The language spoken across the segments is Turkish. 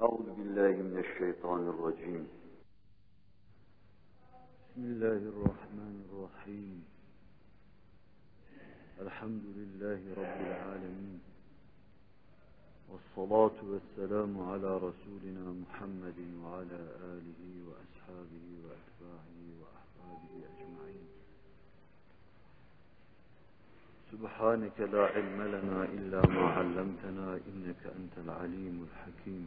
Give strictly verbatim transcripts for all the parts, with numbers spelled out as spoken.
أعوذ بالله من الشيطان الرجيم. بسم الله الرحمن الرحيم. الحمد لله رب العالمين، والصلاة والسلام على رسولنا محمد وعلى آله وأصحابه وأتباعه وأحبابه أجمعين. سبحانك لا علم لنا إلا ما علمتنا إنك أنت العليم الحكيم.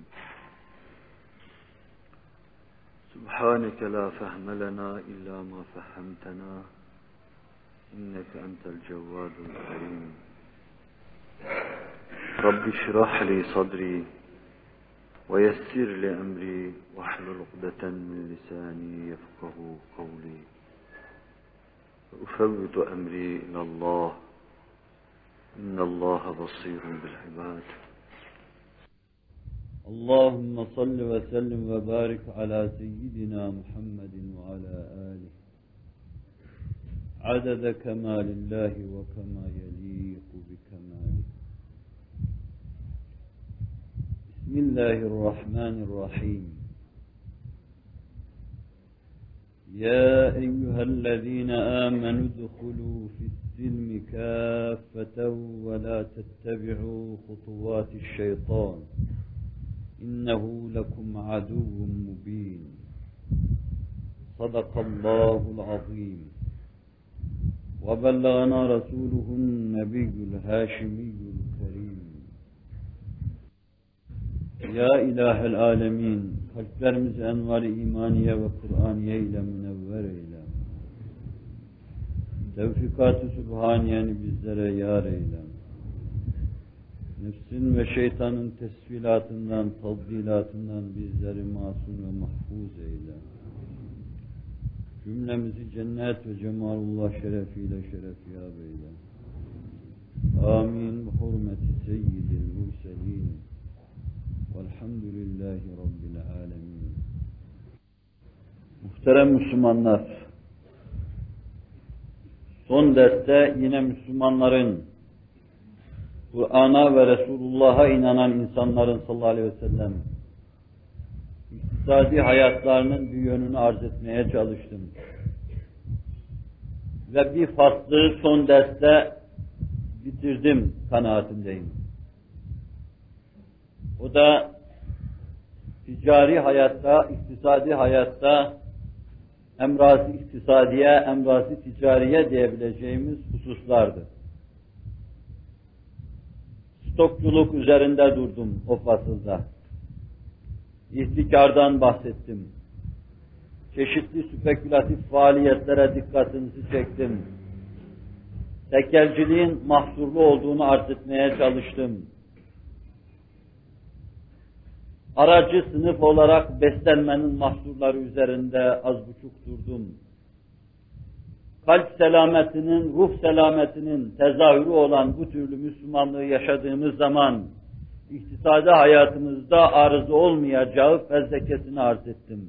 سبحانك لا فهم لنا إلا ما فهمتنا إنك أنت الجواد الكريم. رب اشرح لي صدري ويسر لي أمري واحلل عقدة من لساني يفقه قولي. وأفوض أمري إلى الله إن الله بصير بالعباد. اللهم صل وسلم وبارك على سيدنا محمد وعلى آله عدد كمال الله وكما يليق بكماله. بسم الله الرحمن الرحيم. يا أيها الذين آمنوا ادخلوا في السلم كافة ولا تتبعوا خطوات الشيطان إنه لكم عدو مبين. صدق الله العظيم. وبلغنا رسوله النبي الهاشمي الكريم. Ya İlahel Alemin, kalplerimizi envar-ı imaniye ve Kur'aniye ile münevver eyle. Tevfikat-ı Sübhaniye'ni bizlere yar eyle. Nefsin ve şeytanın tesvilatından, taddilatından bizleri masum ve mahfuz eyle. Cümlemizi cennet ve cemalullah şerefiyle şerefiyab eyle. Amin. Hürmeti seyyidil murselin. Velhamdülillahi Rabbil alemin. Muhterem Müslümanlar, son derste yine Müslümanların, Kur'an'a ve Resulullah'a inanan insanların sallallahu aleyhi ve sellem iktisadi hayatlarının bir yönünü arz etmeye çalıştım. Ve bir faslı son derste bitirdim kanaatindeyim. O da ticari hayatta, iktisadi hayatta emrası iktisadiye, emrası ticariye diyebileceğimiz hususlardı. Stokçuluk üzerinde durdum o fasılda. İhtikardan bahsettim. Çeşitli spekülatif faaliyetlere dikkatinizi çektim. Tekelciliğin mahsurlu olduğunu arz etmeye çalıştım. Aracı sınıf olarak beslenmenin mahsurları üzerinde az buçuk durdum. Kalp selametinin, ruh selametinin tezahürü olan bu türlü Müslümanlığı yaşadığımız zaman iktisadi hayatımızda arıza olmayacağı fezlekesini arz ettim.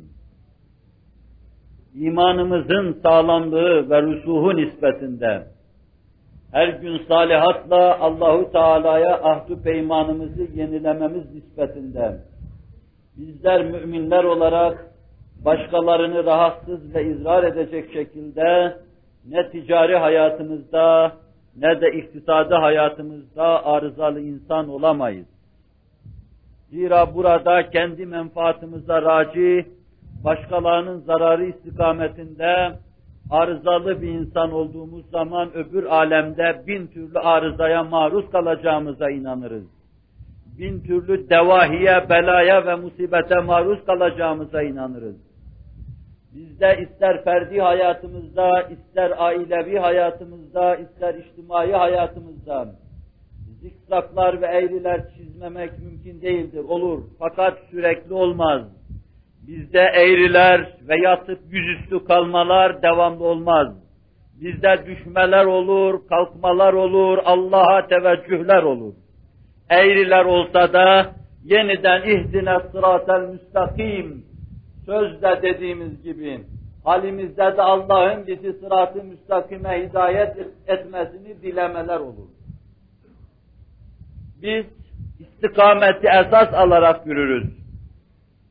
İmanımızın sağlamlığı ve rüsuhu nispetinde her gün salihatla Allahu Teala'ya ahd-ı peymanımızı yenilememiz nispetinde bizler müminler olarak başkalarını rahatsız ve izrar edecek şekilde ne ticari hayatımızda ne de iktisadi hayatımızda arızalı insan olamayız. Zira burada kendi menfaatimize raci, başkalarının zararı istikametinde arızalı bir insan olduğumuz zaman öbür alemde bin türlü arızaya maruz kalacağımıza inanırız. Bin türlü devahiye, belaya ve musibete maruz kalacağımıza inanırız. Bizde ister ferdi hayatımızda, ister ailevi hayatımızda, ister içtimai hayatımızda zikzaklar ve eğriler çizmemek mümkün değildir, olur. Fakat sürekli olmaz. Bizde eğriler ve yatıp yüzüstü kalmalar devamlı olmaz. Bizde düşmeler olur, kalkmalar olur, Allah'a teveccühler olur. Eğriler olsa da yeniden ihdine sıratel müstakim, sözde dediğimiz gibi halimizde de Allah'ın bizi sırat-ı müstakime hidayet etmesini dilemeler olur. Biz istikameti esas alarak yürürüz.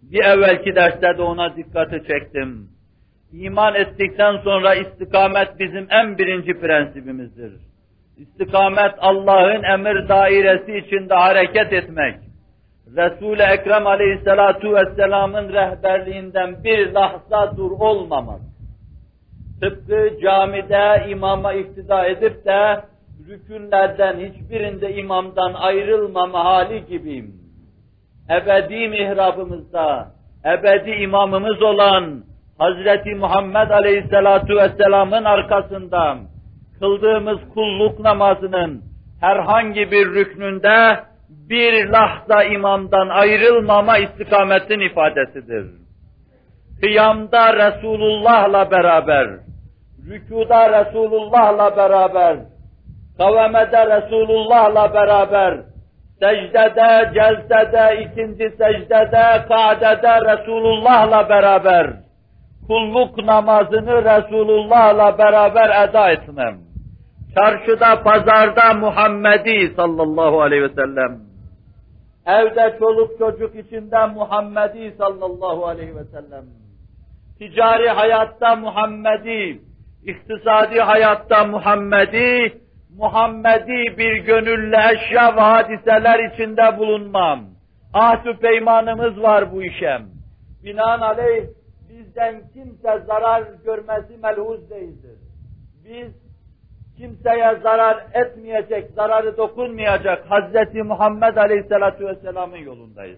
Bir evvelki derste de ona dikkati çektim. İman ettikten sonra istikamet bizim en birinci prensibimizdir. İstikamet Allah'ın emir dairesi içinde hareket etmek. Resul-i Ekrem Aleyhisselatu Vesselam'ın rehberliğinden bir lahza dur olmamak. Tıpkı camide imama iktida edip de rükünlerden hiçbirinde imamdan ayrılmama hali gibiyim. Ebedi mihrabımızda, ebedi imamımız olan Hazreti Muhammed Aleyhisselatu Vesselam'ın arkasında kıldığımız kulluk namazının herhangi bir rüknünde bir lahza imamdan ayrılmama istikametin ifadesidir. Kıyamda Resulullah'la beraber, rükuda Resulullah'la beraber, kavemede Resulullah'la beraber, secdede, celsede, ikinci secdede, ka'dede Resulullah'la beraber, kulluk namazını Resulullah'la beraber eda etmem. Çarşıda, pazarda Muhammedi sallallahu aleyhi ve sellem. Evde çoluk çocuk içinde Muhammedi sallallahu aleyhi ve sellem. Ticari hayatta Muhammedi, iktisadi hayatta Muhammedi, Muhammedi bir gönülle eşya ve hadiseler içinde bulunmam. Ahd-ı peymanımız var bu işe. Binaenaleyh bizden kimse zarar görmesi melhuz değildir. Biz kimseye zarar etmeyecek, zararı dokunmayacak Hazreti Muhammed Aleyhisselatü Vesselam'ın yolundayız.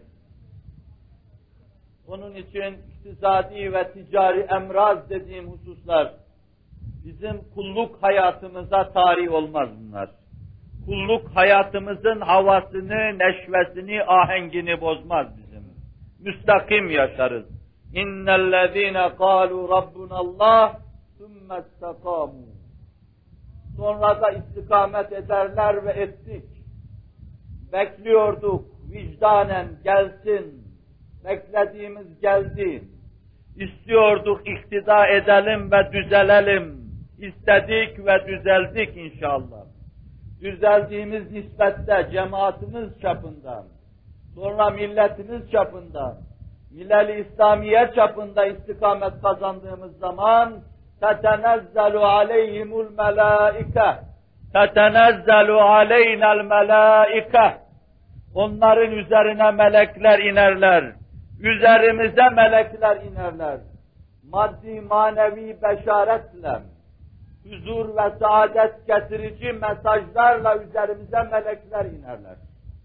Onun için iktisadi ve ticari emraz dediğim hususlar, bizim kulluk hayatımıza tarih olmaz bunlar. Kulluk hayatımızın havasını, neşvesini, ahengini bozmaz bizim. Müstakim yaşarız. İnnellezîne kâlû rabbunallâh sümme istekâmû. Sonra da istikamet ederler ve ettik. Bekliyorduk vicdanen gelsin. Beklediğimiz geldi. İstiyorduk iktida edelim ve düzelelim. İstedik ve düzeldik inşallah. Düzeldiğimiz nispette cemaatimiz çapında, sonra milletimiz çapında, millet-i İslamiye çapında istikamet kazandığımız zaman تَتَنَزَّلُ عَلَيْهِمُ الْمَلَائِكَةِ تَتَنَزَّلُ عَلَيْنَا الْمَلَائِكَةِ Onların üzerine melekler inerler. Üzerimize melekler inerler. Maddi manevi beşaretle, huzur ve saadet getirici mesajlarla üzerimize melekler inerler.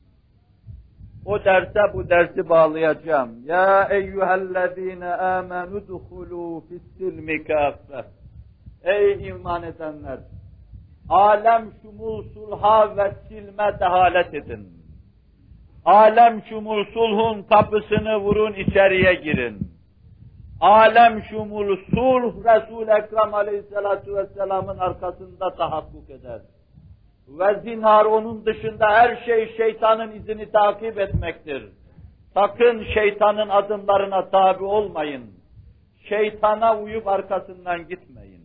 O derse bu dersi bağlayacağım. Ya eyyühellezine amenu duhulu fissilmi kâfe. Ey iman edenler! Alem şumul sulha ve silme dehalet edin. Alem şumul sulhun kapısını vurun, içeriye girin. Alem şumul sulh Resul-i Ekrem Aleyhisselatü Vesselam'ın arkasında tahakkuk eder. Ve zinhar onun dışında her şey şeytanın izini takip etmektir. Sakın şeytanın adımlarına tabi olmayın. Şeytana uyup arkasından gitmeyin.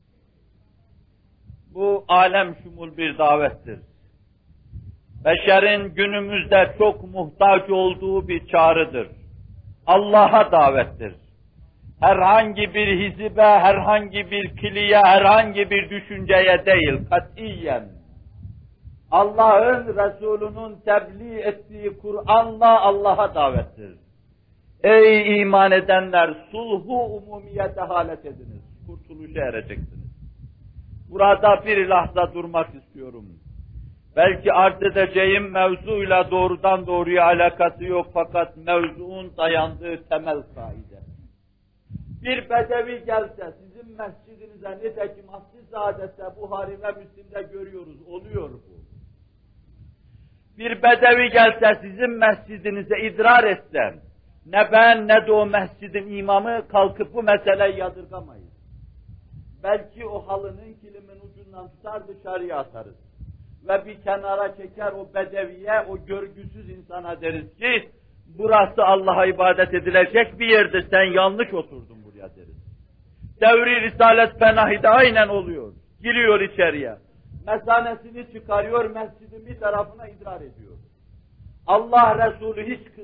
Bu alem şumul bir davettir. Beşerin günümüzde çok muhtaç olduğu bir çağrıdır. Allah'a davettir. Herhangi bir hizibe, herhangi bir kiliye, herhangi bir düşünceye değil, katiyen. Allah'ın, Resulünün tebliğ ettiği Kur'an'la Allah'a davettir. Ey iman edenler, sulhu umumiyete halet ediniz, kurtuluşa ereceksiniz. Burada bir lahza durmak istiyorum. Belki arz edeceğim mevzuyla doğrudan doğruya alakası yok fakat mevzuun dayandığı temel kaide. Bir bedevi gelse sizin mescidinize, nitekim Asr-ı Saadet'te, Buhari ve Müslim'de görüyoruz, oluyor bu. Bir bedevi gelse sizin mescidinize idrar etse, ne ben ne de o mescidin imamı kalkıp bu meseleyi yadırgamayız. Belki o halının kilimin ucundan tutar dışarıya atarız. Ve bir kenara çeker o bedeviye, o görgüsüz insana deriz ki, burası Allah'a ibadet edilecek bir yerdir, sen yanlış oturdun buraya deriz. Devri Risalet Fenahi'de aynen oluyor. Giriyor içeriye. Mesanesini çıkarıyor, mescidin bir tarafına idrar ediyor. Allah Resulü hiç kızmıyor.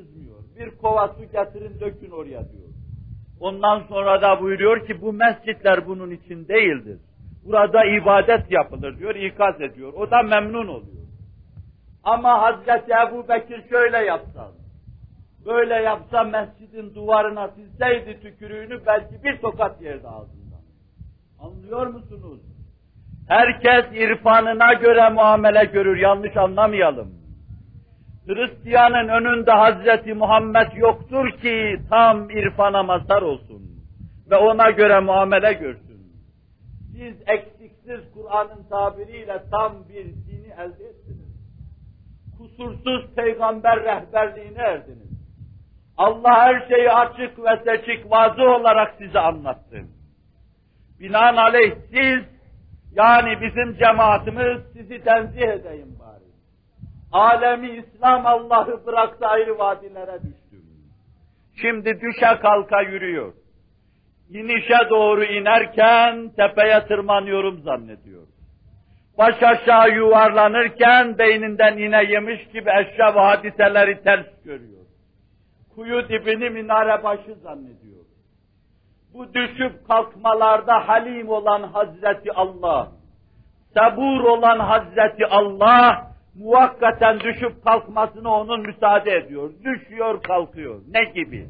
Bir kova su getirin dökün oraya diyor. Ondan sonra da buyuruyor ki bu mescitler bunun için değildir. Burada ibadet yapılır diyor, ikaz ediyor. O da memnun oluyor. Ama Hazreti Ebu Bekir şöyle yapsa, böyle yapsa mescidin duvarına silseydi tükürüğünü belki bir tokat yerdi ağzından. Anlıyor musunuz? Herkes irfanına göre muamele görür, yanlış anlamayalım. Hristiyanın önünde Hazreti Muhammed yoktur ki tam irfana mazhar olsun ve ona göre muamele görsün. Siz eksiksiz Kur'an'ın tabiriyle tam bir dini elde ettiniz. Kusursuz peygamber rehberliğine erdiniz. Allah her şeyi açık ve seçik vazı olarak size anlattı. Binaenaleyh siz, yani bizim cemaatimiz, sizi tenzih edeyim bari. Alemi İslam Allah'ı bıraktı ayrı vadilere düştü. Şimdi düşe kalka yürüyor. İnişe doğru inerken tepeye tırmanıyorum zannediyor. Baş aşağı yuvarlanırken beyninden iğne yemiş gibi eşya ve hadiseleri ters görüyor. Kuyu dibini minare başı zannediyor. Bu düşüp kalkmalarda halim olan Hazreti Allah, sabur olan Hazreti Allah, muvakkaten düşüp kalkmasını onun müsaade ediyor. Düşüyor, kalkıyor. Ne gibi?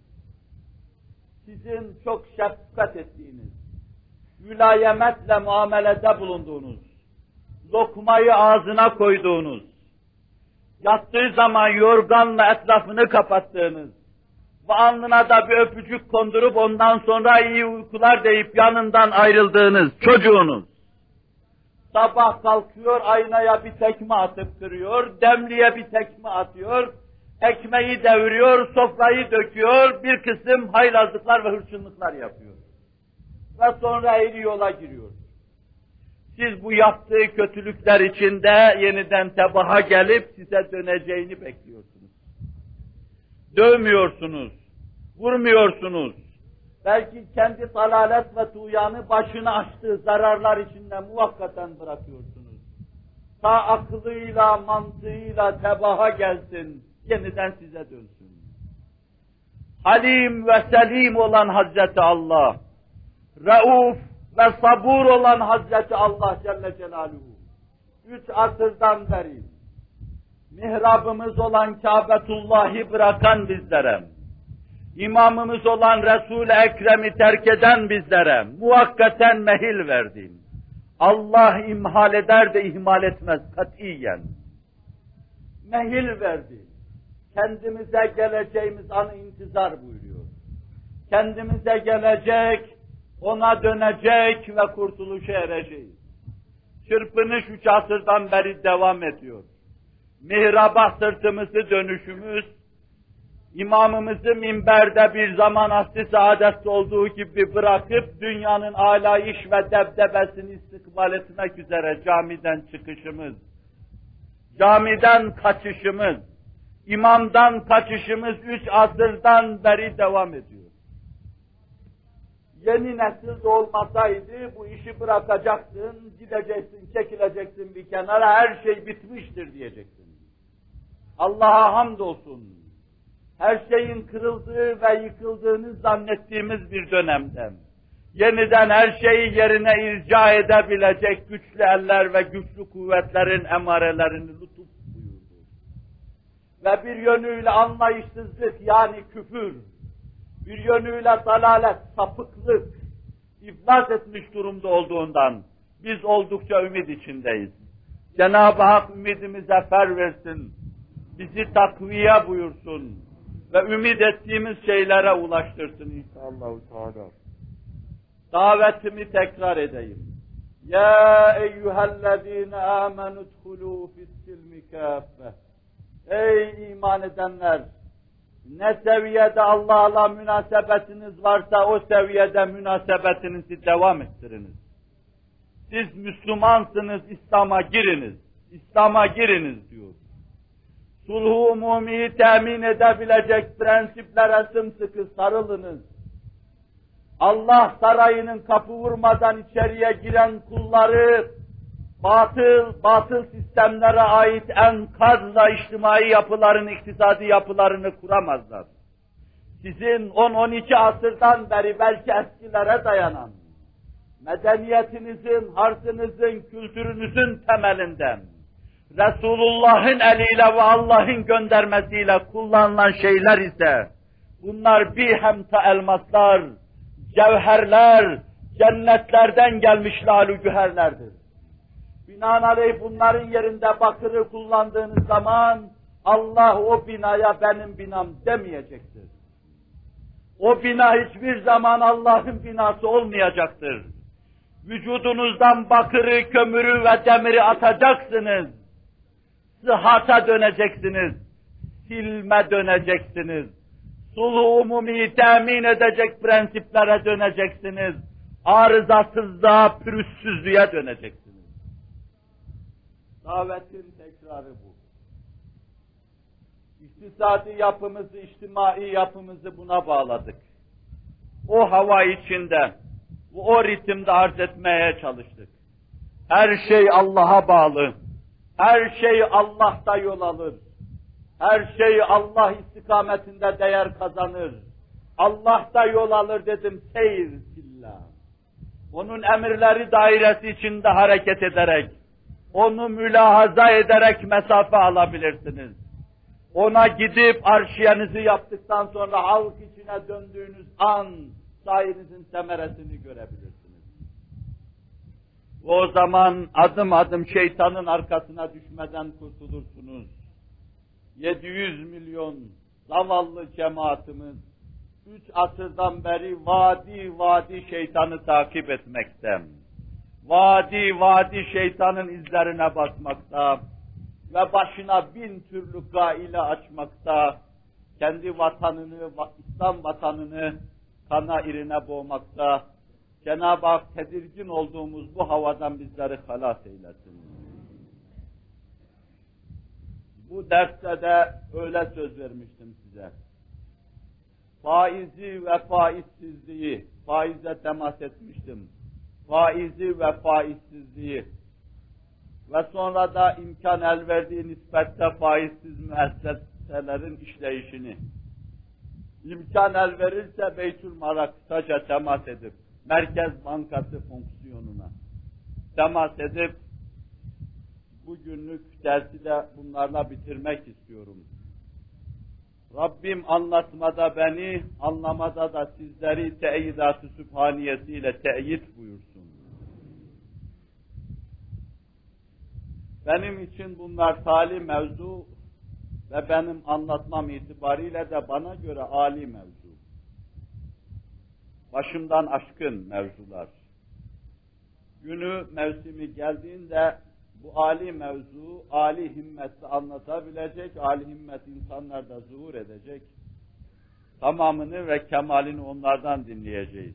Sizin çok şefkat ettiğiniz, mülayemetle muamelede bulunduğunuz, lokmayı ağzına koyduğunuz, yattığı zaman yorganla etrafını kapattığınız ve alnına da bir öpücük kondurup ondan sonra iyi uykular deyip yanından ayrıldığınız çocuğunuz, sabah kalkıyor, aynaya bir tekme atıp kırıyor, demliğe bir tekme atıyor, ekmeği deviriyor, sofrayı döküyor, bir kısım haylazlıklar ve hırçınlıklar yapıyor. Ve sonra eğri yola giriyor. Siz bu yaptığı kötülükler içinde yeniden tebaha gelip size döneceğini bekliyorsunuz. Dövmüyorsunuz, vurmuyorsunuz. Belki kendi dalalet ve tuğyanı başına açtığı zararlar içinde muvakkaten bırakıyorsunuz. Ta aklıyla, mantığıyla tebaha gelsin, yeniden size dönsün. Halim ve selim olan Hazreti Allah, Rauf ve sabur olan Hazreti Allah Celle Celaluhu, üç asırdan beri mihrabımız olan Kâbetullah'ı bırakan bizlere, İmamımız olan Resul-i Ekrem'i terk eden bizlere muhakkaten mehil verdi. Allah imhal eder de ihmal etmez katiyen. Mehil verdi. Kendimize geleceğimiz anı intizar buyuruyor. Kendimize gelecek, ona dönecek ve kurtuluşa ereceğiz. Çırpınış üç asırdan beri devam ediyor. Mihraba sırtımızı dönüşümüz, İmamımızı minberde bir zaman asr-ı saadette olduğu gibi bırakıp dünyanın alayış ve debdebesini istikbal etmek üzere camiden çıkışımız, camiden kaçışımız, imamdan kaçışımız üç asırdan beri devam ediyor. Yeni nesil de olmasaydı bu işi bırakacaksın, gideceksin, çekileceksin bir kenara, her şey bitmiştir diyeceksin. Allah'a hamdolsun. Her şeyin kırıldığı ve yıkıldığını zannettiğimiz bir dönemde yeniden her şeyi yerine irca edebilecek güçlü eller ve güçlü kuvvetlerin emarelerini lütuf buyurdu. Ve bir yönüyle anlayışsızlık yani küfür, bir yönüyle dalalet, sapıklık iflas etmiş durumda olduğundan biz oldukça ümit içindeyiz. Cenab-ı Hak ümidimize fer versin, bizi takviye buyursun ve ümit ettiğimiz şeylere ulaştırsın inşallah. Davetimi tekrar edeyim. Ya eyyühellezine amenu dhulû fis-silmi kâffeh. Ey iman edenler! Ne seviyede Allah'la münasebetiniz varsa o seviyede münasebetinizi devam ettiriniz. Siz Müslümansınız, İslam'a giriniz. İslam'a giriniz diyor. Sulh-u umumiyi temin edebilecek prensiplere sımsıkı sarılınız. Allah sarayının kapı vurmadan içeriye giren kulları batıl, batıl sistemlere ait enkazla içtimai yapılarını, iktisadi yapılarını kuramazlar. Sizin on on iki asırdan beri belki eskilere dayanan, medeniyetinizin, harfınızın, kültürünüzün temelinden, Resulullah'ın eliyle ve Allah'ın göndermesiyle kullanılan şeyler ise, bunlar bir hemta elmaslar, cevherler, cennetlerden gelmiş lal-u güherlerdir. Binaenaleyh bunların yerinde bakırı kullandığınız zaman, Allah o binaya benim binam demeyecektir. O bina hiçbir zaman Allah'ın binası olmayacaktır. Vücudunuzdan bakırı, kömürü ve demiri atacaksınız. Sıhhata döneceksiniz. Silme döneceksiniz. Sulh-u umumi temin edecek prensiplere döneceksiniz. Arızasızlığa, pürüzsüzlüğe döneceksiniz. Davetin tekrarı bu. İktisadi yapımızı, içtimai yapımızı buna bağladık. O hava içinde, o ritimde arz etmeye çalıştık. Her şey Allah'a bağlı. Her şey Allah'ta yol alır. Her şey Allah istikametinde değer kazanır. Allah'ta yol alır dedim, seyir billah. Onun emirleri dairesi içinde hareket ederek, onu mülahaza ederek mesafe alabilirsiniz. Ona gidip arşiyenizi yaptıktan sonra halk içine döndüğünüz an sayenizin semeresini görebilirsiniz. O zaman adım adım şeytanın arkasına düşmeden kurtulursunuz. yedi yüz milyon zavallı cemaatimiz üç asırdan beri vadi vadi şeytanı takip etmekte. Vadi vadi şeytanın izlerine basmakta ve başına bin türlü gaile açmakta, kendi vatanını, İslam vatanını kana irine boğmakta. Cenab-ı Hak tedirgin olduğumuz bu havadan bizleri halas eylesin. Bu derste de öyle söz vermiştim size. Faizi ve faizsizliği, faize temas etmiştim. Faizi ve faizsizliği ve sonra da imkan el verdiği nispette faizsiz müesseselerin işleyişini, imkan el verirse Beytülmal'a kısaca temas edip, Merkez Bankası fonksiyonuna temas edip, bugünlük dersi de bunlarla bitirmek istiyorum. Rabbim anlatmada beni, anlamada da sizleri teyidat-ı sübhaniyesiyle teyit buyursun. Benim için bunlar tali mevzu ve benim anlatmam itibariyle de bana göre âli mevzu. Başımdan aşkın mevzular. Günü, mevsimi geldiğinde bu âli mevzu, âli himmeti anlatabilecek, âli himmet insanlarda zuhur edecek. Tamamını ve kemalini onlardan dinleyeceğiz.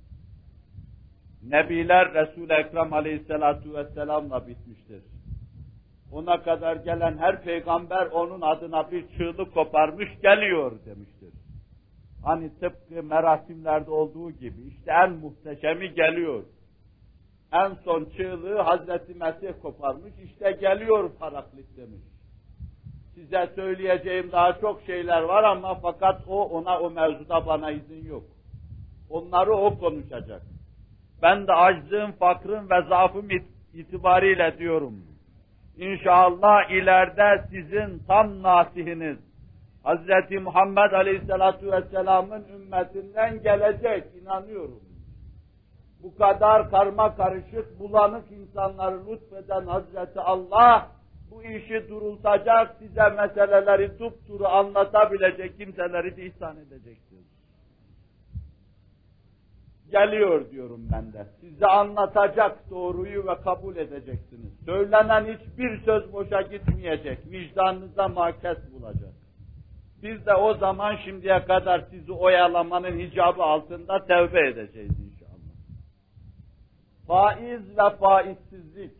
Nebiler Resul-i Ekrem aleyhissalatu vesselam'la bitmiştir. Ona kadar gelen her peygamber onun adına bir çığlık koparmış geliyor demiştir. Hani tıpkı merasimlerde olduğu gibi işte en muhteşemi geliyor. En son çığlığı Hazreti Mesih koparmış, işte geliyor Paraklit demiş. Size söyleyeceğim daha çok şeyler var ama fakat o ona o mevzuda bana izin yok. Onları o konuşacak. Ben de aczım, fakrım ve zaafım itibariyle diyorum. İnşallah ileride sizin tam nasihiniz, Hazreti Muhammed Aleyhisselatu Vesselam'ın ümmetinden gelecek, inanıyorum. Bu kadar karma karışık, bulanık insanları lütfeden Hazreti Allah, bu işi durultacak, size meseleleri dupduru anlatabilecek kimseleri de ihsan edecektir. Geliyor diyorum ben de. Size anlatacak doğruyu ve kabul edeceksiniz. Söylenen hiçbir söz boşa gitmeyecek. Vicdanınıza mahkes bulacak. Biz de o zaman şimdiye kadar sizi oyalamanın hicabı altında tevbe edeceğiz inşallah. Faiz ve faizsizlik.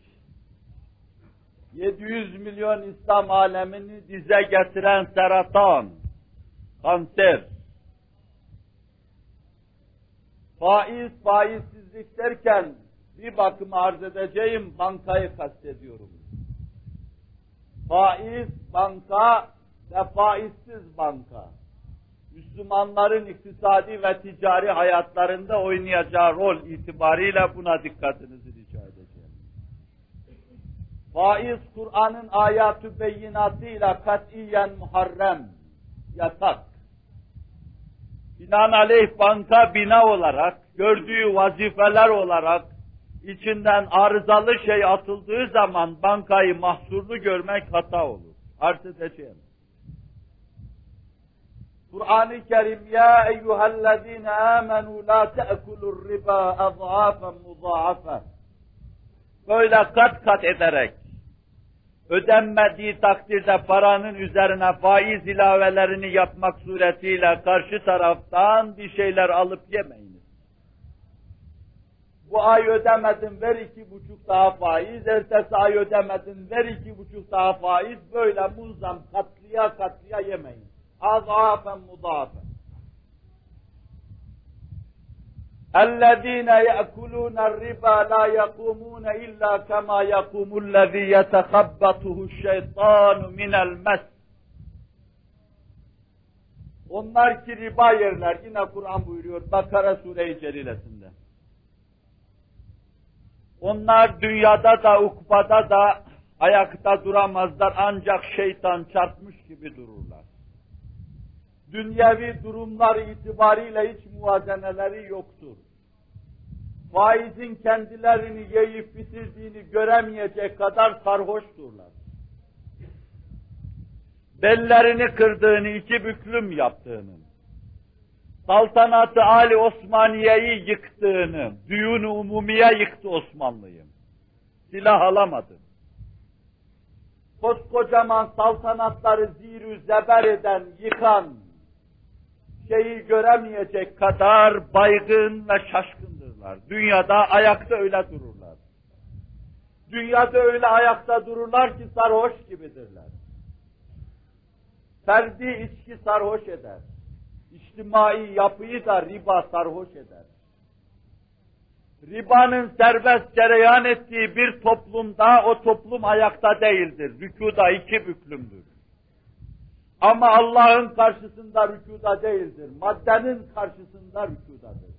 yedi yüz milyon İslam alemini dize getiren seratan, kanser. Faiz, faizsizlik derken bir bakıma arz edeceğim, bankayı kastediyorum. Faiz banka ve faizsiz banka. Müslümanların iktisadi ve ticari hayatlarında oynayacağı rol itibariyle buna dikkatinizi rica edeceğim. Faiz, Kur'an'ın ayat-ı beyinatıyla katiyen muharrem, yasak. Binaenaleyh banka bina olarak, gördüğü vazifeler olarak, içinden arızalı şey atıldığı zaman bankayı mahsurlu görmek hata olur. Arz edeceğim. Kur'an-ı Kerim, ya eyyühellezine amenu la te'kulur riba az'afen muza'afen. Böyle kat kat ederek, ödenmediği takdirde paranın üzerine faiz ilavelerini yapmak suretiyle karşı taraftan bir şeyler alıp yemeyiniz. Bu ay ödemedin, ver iki buçuk daha faiz, ertesi ay ödemedin, ver iki buçuk daha faiz, böyle munzam katlıya katlıya yemeyin. Az'afen mudâfen. اَلَّذ۪ينَ يَأْكُلُونَ الرِّبَا لَا يَقُومُونَ إِلَّا كَمَا يَقُومُ الَّذ۪ي يَتَخَبَّطُهُ الشَّيْطَانُ مِنَ الْمَسِّ. Onlar ki riba yerler, yine Kur'an buyuruyor Bakara Sure-i Celilesinde. Onlar dünyada da ukbada da ayakta duramazlar, ancak şeytan çarpmış gibi dururlar. Dünyevi durumlar itibariyle hiç muvazeneleri yoktur. Faizin kendilerini yiyip bitirdiğini göremeyecek kadar sarhoşturlar. Bellerini kırdığını, iki büklüm yaptığını, saltanatı Ali Osmaniye'yi yıktığını, düğün-ü umumiye yıktı Osmanlı'yı. Silah alamadı. Koskocaman saltanatları zirü zeber eden, yıkan, şeyi göremeyecek kadar baygın ve şaşkındırlar. Dünyada ayakta öyle dururlar. Dünyada öyle ayakta dururlar ki sarhoş gibidirler. Ferdi içki sarhoş eder. İçtimai yapıyı da riba sarhoş eder. Ribanın serbest cereyan ettiği bir toplumda o toplum ayakta değildir. Rükuda iki büklümdür. Ama Allah'ın karşısında rükuda değildir. Maddenin karşısında rükudadır.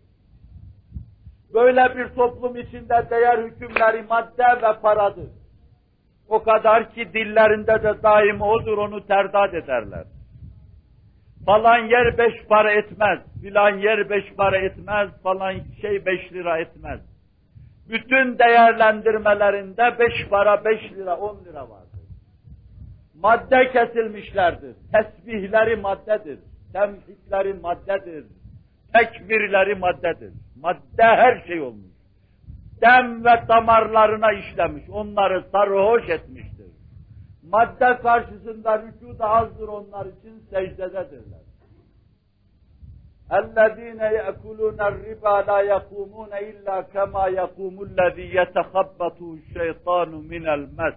Böyle bir toplum içinde değer hükümleri madde ve paradır. O kadar ki dillerinde de daim odur, onu terdad ederler. Falan yer beş para etmez, filan yer beş para etmez, falan şey beş lira etmez. Bütün değerlendirmelerinde beş para, beş lira, on lira vardır. Madde kesilmişlerdir. Tesbihleri maddedir. Temhikleri maddedir. Tekbirleri maddedir. Madde her şey olmuş. Dem ve damarlarına işlemiş. Onları sarhoş etmiştir. Madde karşısında rükû azdır onlar için, secdededirler. اَلَّذ۪ينَ يَأْكُلُونَ الرِّبَا لَا يَقُومُونَ اِلَّا كَمَا يَقُومُ الَّذ۪ي يَتَخَبَّتُهُ الشَّيْطَانُ مِنَ الْمَسِّ.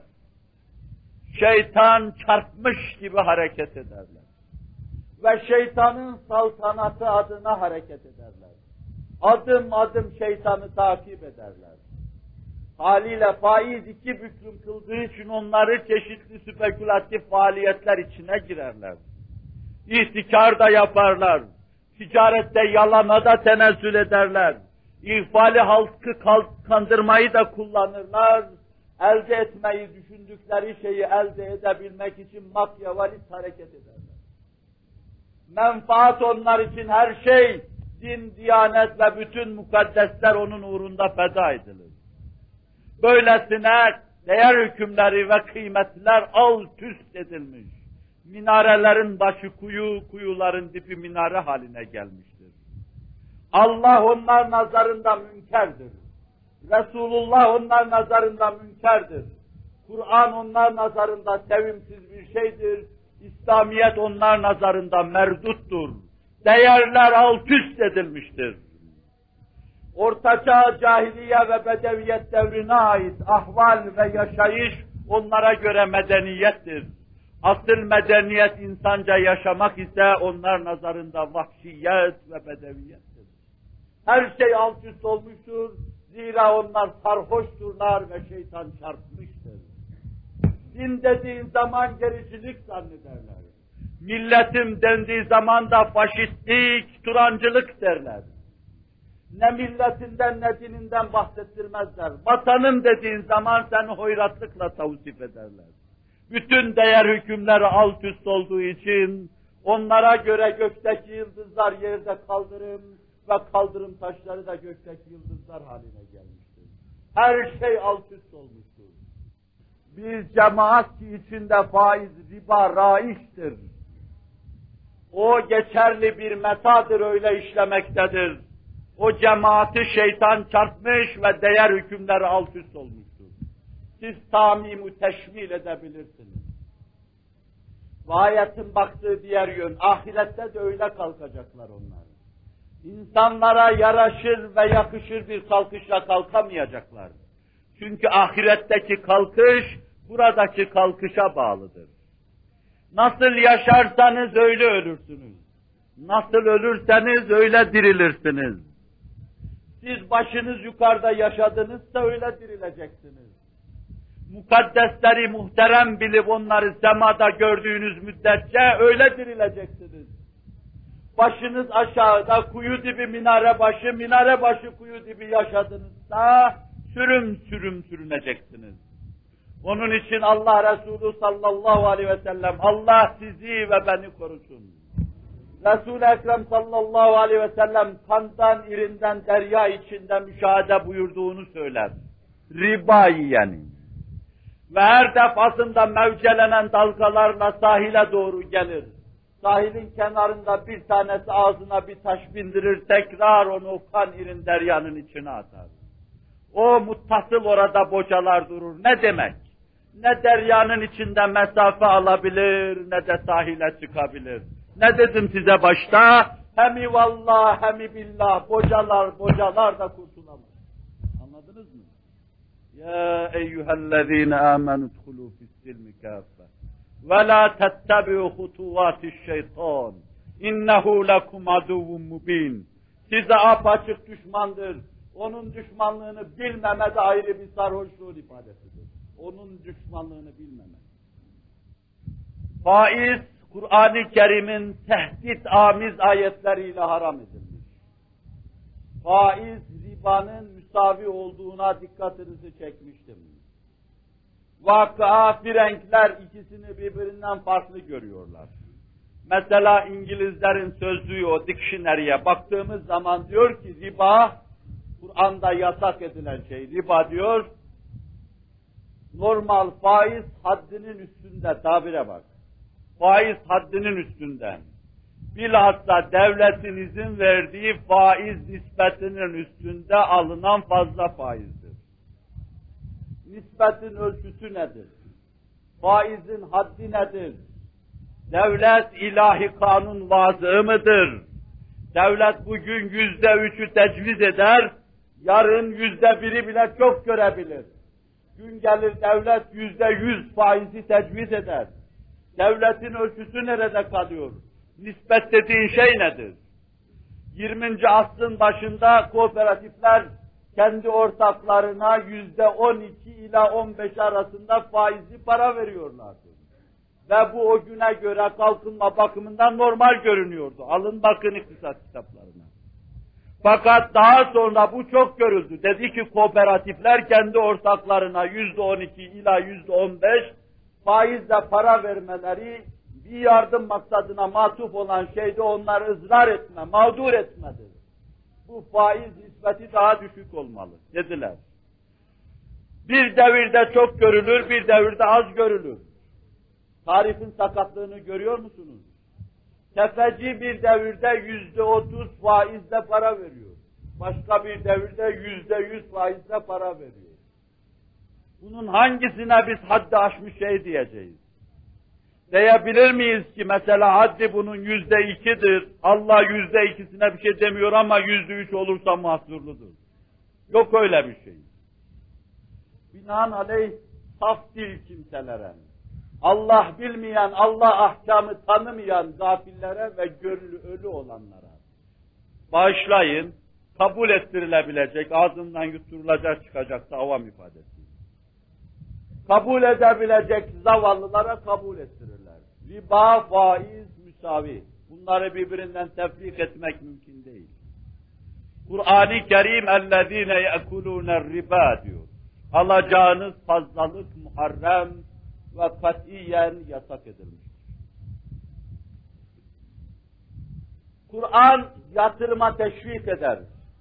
Şeytan çarpmış gibi hareket ederler. Ve şeytanın saltanatı adına hareket ederler. Adım adım şeytanı takip ederler. Haliyle faiz iki büklüm kıldığı için onları çeşitli spekülatif faaliyetler içine girerler. İhtikar da yaparlar. Ticarette yalana da tenezzül ederler. İhfali halkı kandırmayı da kullanırlar. Elde etmeyi düşündükleri şeyi elde edebilmek için makyavalist hareket ederler. Menfaat onlar için her şey, din, diyanet ve bütün mukaddesler onun uğrunda feda edilir. Böylesine değer hükümleri ve kıymetler alt üst edilmiş. Minarelerin başı kuyu, kuyuların dibi minare haline gelmiştir. Allah onlar nazarında münkerdir. Resulullah onlar nazarında münkerdir. Kur'an onlar nazarında sevimsiz bir şeydir. İslamiyet onlar nazarında merduttur. Değerler alt üst edilmiştir. Ortaçağ cahiliye ve bedeviyet devrine ait ahval ve yaşayış onlara göre medeniyettir. Asıl medeniyet insanca yaşamak ise onlar nazarında vahşiyet ve bedeviyettir. Her şey alt üst olmuştur. Zira onlar sarhoşturlar ve şeytan çarpmıştır. Din dediğin zaman gericilik zannederler. Milletim dendiği zaman da faşistlik, turancılık derler. Ne milletinden ne dininden bahsettirmezler. Vatanım dediğin zaman seni hoyratlıkla tavsif ederler. Bütün değer hükümleri alt üst olduğu için onlara göre gökteki yıldızlar yerde kaldırım ve kaldırım taşları da gökteki yıldızlar haline gelmiştir. Her şey alt üst olmuştur. Bir cemaat ki içinde faiz, riba, raiştir. O geçerli bir metadır, öyle işlemektedir. O cemaati şeytan çarpmış ve değer hükümleri alt üst olmuştur. Siz tamim-i teşmil edebilirsiniz. Ve ayetin baktığı diğer yön, ahirette de öyle kalkacaklar onlar. İnsanlara yaraşır ve yakışır bir kalkışla kalkamayacaklar. Çünkü ahiretteki kalkış, buradaki kalkışa bağlıdır. Nasıl yaşarsanız öyle ölürsünüz. Nasıl ölürseniz öyle dirilirsiniz. Siz başınız yukarıda yaşadınızsa öyle dirileceksiniz. Mukaddesleri muhterem bilip onları semada gördüğünüz müddetçe öyle dirileceksiniz. Başınız aşağıda, kuyu dibi minare başı, minare başı kuyu dibi yaşadınızsa sürüm sürüm sürüneceksiniz. Onun için Allah Resulü sallallahu aleyhi ve sellem, Allah sizi ve beni korusun. Resul-i Ekrem sallallahu aleyhi ve sellem kandan, irinden, derya içinde müşahede buyurduğunu söyler. Riba yiyeni. Ve her defasında mevcelenen dalgalarla sahile doğru gelir. Sahilin kenarında bir tanesi ağzına bir taş bindirir, tekrar onu o kan irin deryanın içine atar. O muttasıl orada bocalar durur. Ne demek? Ne deryanın içinde mesafe alabilir, ne de sahile çıkabilir. Ne dedim size başta? Hemi vallah, hemi billah, bocalar, bocalar da kurtulamaz. Anladınız mı? Ya eyyühellezine amenu idhulu fissilmi kâffe ve la tettebi'u hutuvâti'ş-şeytân innehu lekum aduvvun mubîn. Size apaçık düşmandır. Onun düşmanlığını bilmeme de ayrı bir sarhoşluğun ifadesidir. Onun düşmanlığını bilmeme. Faiz, Kur'an-ı Kerim'in tehdit amiz ayetleriyle haram edilmiş. Faiz, ribanın müsavi olduğuna dikkatinizi çekmiştim. Vakıa Frenkler ikisini birbirinden farklı görüyorlar. Mesela İngilizlerin sözlüğü o dictionary'e baktığımız zaman diyor ki riba, Kur'an'da yasak edilen şey. Riba diyor, normal faiz haddinin üstünde, tabire bak. Faiz haddinin üstünden. Bilhassa devletin izin verdiği faiz nispetinin üstünde alınan fazla faizdir. Nispetin ölçüsü nedir? Faizin haddi nedir? Devlet ilahi kanun vazığı mıdır? Devlet bugün yüzde üçü tecviz eder, yarın yüzde biri bile çok görebilir. Gün gelir devlet yüzde yüz faizi tecviz eder. Devletin ölçüsü nerede kalıyor? Nispet dediğin şey nedir? yirminci asrın başında kooperatifler kendi ortaklarına yüzde on iki ila on beş arasında faizli para veriyorlardı. Ve bu o güne göre kalkınma bakımından normal görünüyordu. Alın bakın iktisat kitaplarına. Fakat daha sonra bu çok görüldü. Dedi ki kooperatifler kendi ortaklarına yüzde on iki ila yüzde on beş faizle para vermeleri bir yardım maksadına matuf olan şeyde onları ızrar etme, mağdur etmedir. Bu faiz nispeti daha düşük olmalı dediler. Bir devirde çok görülür, bir devirde az görülür. Tarifin sakatlığını görüyor musunuz? Tefeci bir devirde yüzde otuz faizle para veriyor. Başka bir devirde yüzde yüz faizle para veriyor. Bunun hangisine biz haddi aşmış şey diyeceğiz? Diyebilir miyiz ki mesela haddi bunun yüzde ikidir, Allah yüzde ikisine bir şey demiyor ama yüzde üç olursa mahsurludur. Yok öyle bir şey. Binaenaleyh saf dil kimselere, Allah bilmeyen, Allah ahkamı tanımayan gafillere ve gönlü ölü olanlara bağışlayın, kabul ettirilebilecek, ağzından yutturulacak çıkacak da avam ifadesi. Kabul edebilecek zavallılara kabul ettirirler. Riba, faiz, müsavi. Bunları birbirinden tefrik etmek mümkün değil. Kur'an-ı Kerim اَلَّذ۪ينَ يَأْكُلُونَ الرِّبَا diyor. Alacağınız fazlalık muharrem ve katiyen yasak edilmiştir. Kur'an yatırıma teşvik eder.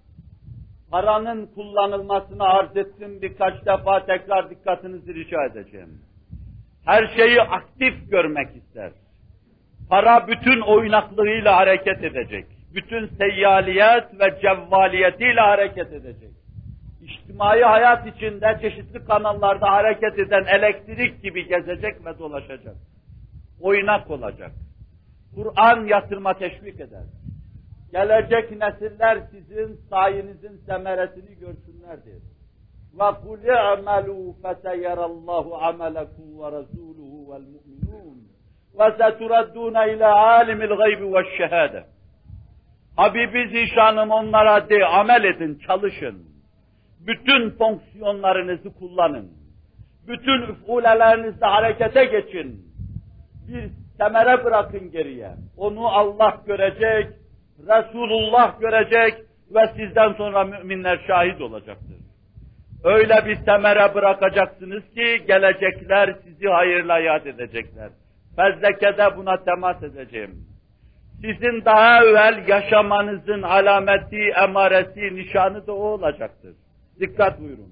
Paranın kullanılmasını arz ettim birkaç defa, tekrar dikkatinizi rica edeceğim. Her şeyi aktif görmek ister. Para bütün oynaklığıyla hareket edecek. Bütün seyyaliyet ve cevvaliyetiyle hareket edecek. İçtimai hayat içinde çeşitli kanallarda hareket eden elektrik gibi gezecek ve dolaşacak. Oynak olacak. Kur'an yatırıma teşvik eder. Gelecek nesiller sizin sayınızın semeresini görsünler diye. وَقُلْ اَعْمَلُوا فَسَيَرَ اللّٰهُ عَمَلَكُمْ وَرَسُولُهُ وَالْمُؤْمِنُونَ وَسَتُرَدُّونَ اِلَى عَالِمِ الْغَيْبِ وَالشَّهَادَةِ Habibi Zişanım onlara de, amel edin, çalışın. Bütün fonksiyonlarınızı kullanın. Bütün üf'ulelerinizle harekete geçin. Bir semere bırakın geriye. Onu Allah görecek, Resulullah görecek ve sizden sonra müminler şahit olacaktır. Öyle bir semere bırakacaksınız ki gelecekler sizi hayırla yad edecekler. Fezleke'de buna temas edeceğim. Sizin daha evvel yaşamanızın alameti, emaresi, nişanı da o olacaktır. Dikkat buyurun.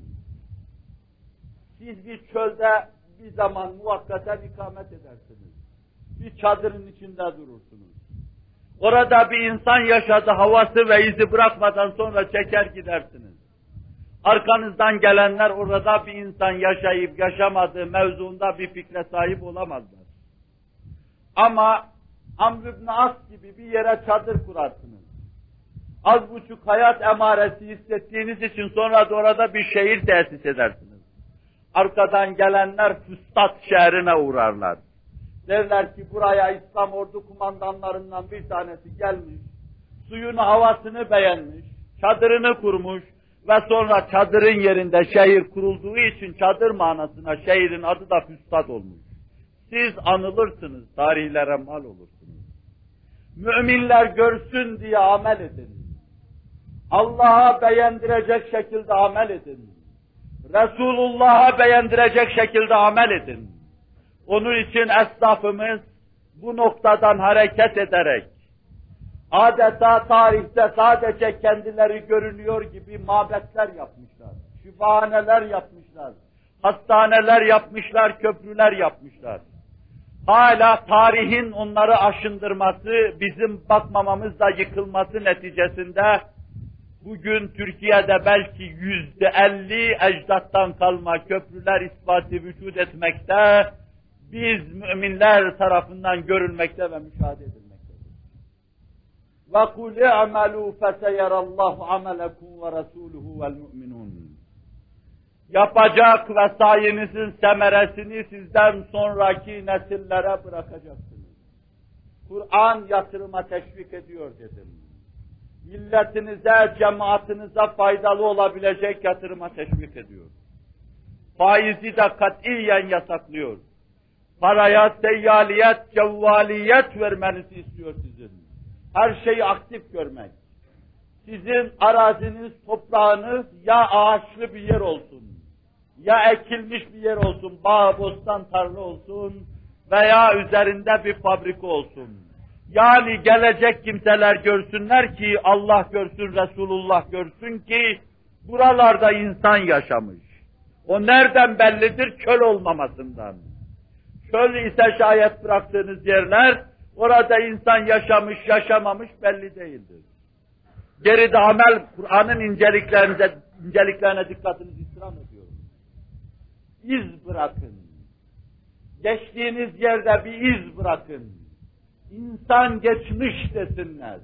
Siz bir çölde bir zaman muvakkaten ikamet edersiniz. Bir çadırın içinde durursunuz. Orada bir insan yaşadı, havası ve izi bırakmadan sonra çeker gidersiniz. Arkanızdan gelenler orada bir insan yaşayıp yaşamadığı mevzuunda bir fikre sahip olamazlar. Ama Amr ibn As gibi bir yere çadır kurarsınız. Az buçuk hayat emaresi hissettiğiniz için sonra da orada bir şehir tesis edersiniz. Arkadan gelenler Füstat şehrine uğrarlar. Derler ki buraya İslam ordu kumandanlarından bir tanesi gelmiş, suyun havasını beğenmiş, çadırını kurmuş ve sonra çadırın yerinde şehir kurulduğu için çadır manasına şehrin adı da Füstat olmuş. Siz anılırsınız, tarihlere mal olursunuz. Müminler görsün diye amel edin. Allah'a beğendirecek şekilde amel edin. Resulullah'a beğendirecek şekilde amel edin. Onun için esnafımız bu noktadan hareket ederek adeta tarihte sadece kendileri görünüyor gibi mabetler yapmışlar, şifahaneler yapmışlar, hastaneler yapmışlar, köprüler yapmışlar. Hala tarihin onları aşındırması, bizim bakmamamızla yıkılması neticesinde bugün Türkiye'de belki yüzde elli ecdattan kalma köprüler ispatı vücut etmekte, biz müminler tarafından görülmekte ve müşahede edilmektedir. وَقُلْ اَعْمَلُوا فَسَيَرَ اللّٰهُ عَمَلَكُمْ وَرَسُولُهُ وَالْمُؤْمِنُونَ Yapacak ve sayenizin semeresini sizden sonraki nesillere bırakacaksınız. Kur'an yatırıma teşvik ediyor dedim. Milletinize, cemaatinize faydalı olabilecek yatırıma teşvik ediyor. Faizi de katiyen yasaklıyor. Paraya seyyaliyet, cevvaliyet vermenizi istiyor sizin. Her şeyi aktif görmek. Sizin araziniz, toprağınız ya ağaçlı bir yer olsun, ya ekilmiş bir yer olsun, bağ, bostan, tarla olsun veya üzerinde bir fabrika olsun. Yani gelecek kimseler görsünler ki, Allah görsün, Resulullah görsün ki, buralarda insan yaşamış. O nereden bellidir? Çöl olmamasından. Çöl ise şayet bıraktığınız yerler, orada insan yaşamış, yaşamamış belli değildir. Geride amel, Kur'an'ın inceliklerine, inceliklerine dikkatinizi istirham ediyorum. İz bırakın. Geçtiğiniz yerde bir iz bırakın. İnsan geçmiş desinler.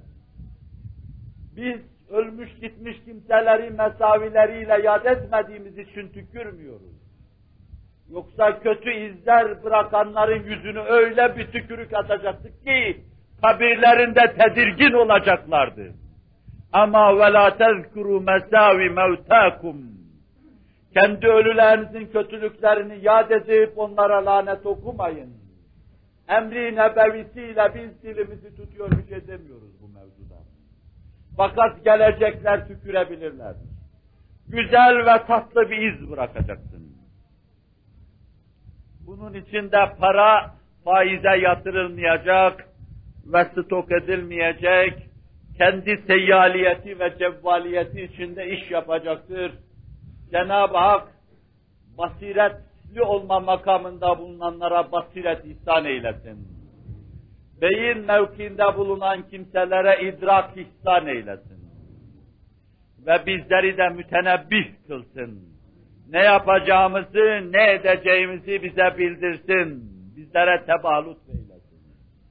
Biz ölmüş gitmiş kimseleri mesavileriyle yad etmediğimiz için tükürmüyoruz. Yoksa kötü izler bırakanların yüzünü öyle bir tükürük atacaktık ki kabirlerinde tedirgin olacaklardı. Ama ve la tezkuru mesavi mevtakum. Kendi ölülerinizin kötülüklerini yad edip onlara lanet okumayın. Emri nebevisiyle biz dilimizi tutuyor, bir şey demiyoruz bu mevzuda. Fakat gelecekler tükürebilirler. Güzel ve tatlı bir iz bırakacaksın. Bunun için de para faize yatırılmayacak ve stok edilmeyecek, kendi seyyaliyeti ve cevvaliyeti içinde iş yapacaktır. Cenab-ı Hak basiretli olma makamında bulunanlara basiret ihsan eylesin. Beyin mevkiinde bulunan kimselere idrak ihsan eylesin. Ve bizleri de mütenebbih kılsın. Ne yapacağımızı, ne edeceğimizi bize bildirsin. Bizlere tebalut eylesin.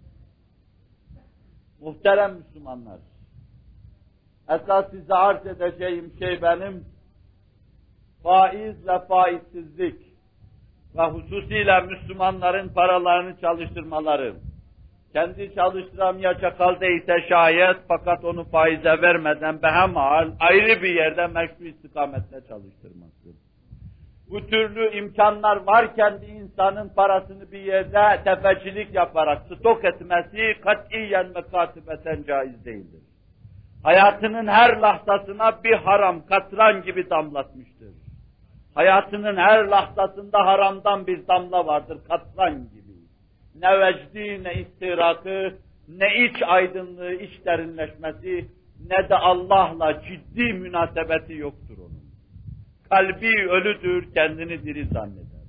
Muhterem Müslümanlar, esas size arz edeceğim şey benim, faiz ve faizsizlik ve hususiyle Müslümanların paralarını çalıştırmaları, kendi çalıştıramayacak halde ise şayet fakat onu faize vermeden behemhal ayrı bir yerde meşru istikametle çalıştırması. Bu türlü imkanlar varken bir insanın parasını bir yerde tefecilik yaparak stok etmesi katiyen ve katibeten caiz değildir. Hayatının her lahzasına bir haram katran gibi damlatmıştır. Hayatının her lahzasında haramdan bir damla vardır katran gibi. Ne vecdi, ne istirakı, ne iç aydınlığı, iç derinleşmesi, ne de Allah'la ciddi münasebeti yoktur onun. Kalbi ölüdür, kendini diri zanneder.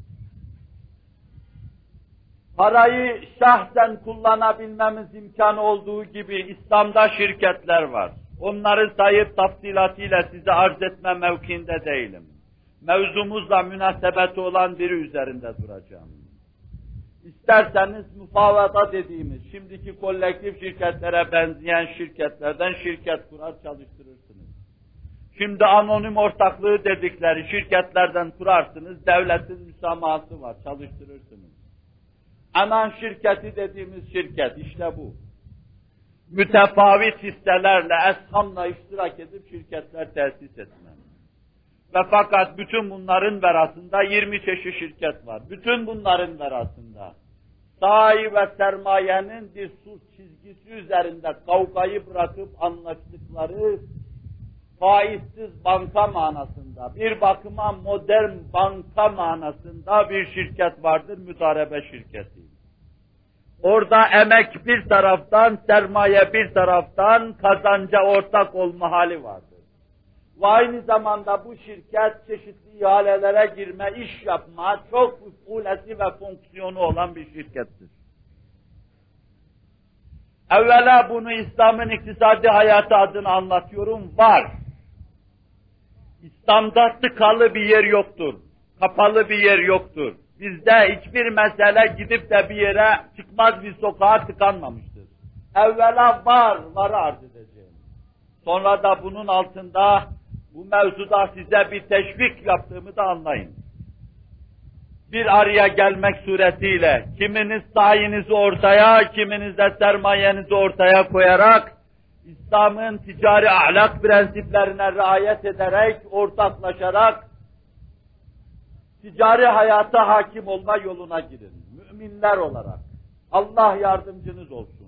Parayı şahsen kullanabilmemiz imkanı olduğu gibi İslam'da şirketler var. Onları sayıp tafsilatıyla size arz etme mevkiinde değilim. Mevzumuzla münasebeti olan biri üzerinde duracağım. İsterseniz müfavada dediğimiz, şimdiki kolektif şirketlere benzeyen şirketlerden şirket kurar çalıştırırsınız. Şimdi anonim ortaklığı dedikleri şirketlerden kurarsınız, devletin müsamahası var, çalıştırırsınız. Anan şirketi dediğimiz şirket, işte bu. Mütefavit hisselerle, eshamla iştirak edip şirketler tesis etmez. Ve fakat bütün bunların verasında yirmi çeşit şirket var. Bütün bunların verasında sahi ve sermayenin bir sulh çizgisi üzerinde kavgayı bırakıp anlaştıkları faizsiz banka manasında, bir bakıma modern banka manasında bir şirket vardır, müdarebe şirketi. Orada emek bir taraftan, sermaye bir taraftan kazanca ortak olma hali vardır. Ve aynı zamanda bu şirket çeşitli ihalelere girme, iş yapma, çok üfulesi ve fonksiyonu olan bir şirkettir. Evvela bunu İslam'ın iktisadi hayatı adına anlatıyorum, var. İslam'da tıkalı bir yer yoktur, kapalı bir yer yoktur. Bizde hiçbir mesele gidip de bir yere çıkmaz bir sokağa tıkanmamıştır. Evvela var, varı arz edeceğim. Sonra da bunun altında bu mevzuda size bir teşvik yaptığımı da anlayın. Bir araya gelmek suretiyle kiminiz sahinizi ortaya, kiminiz de sermayenizi ortaya koyarak İslam'ın ticari ahlak prensiplerine riayet ederek, ortaklaşarak ticari hayata hakim olma yoluna girin. Müminler olarak. Allah yardımcınız olsun.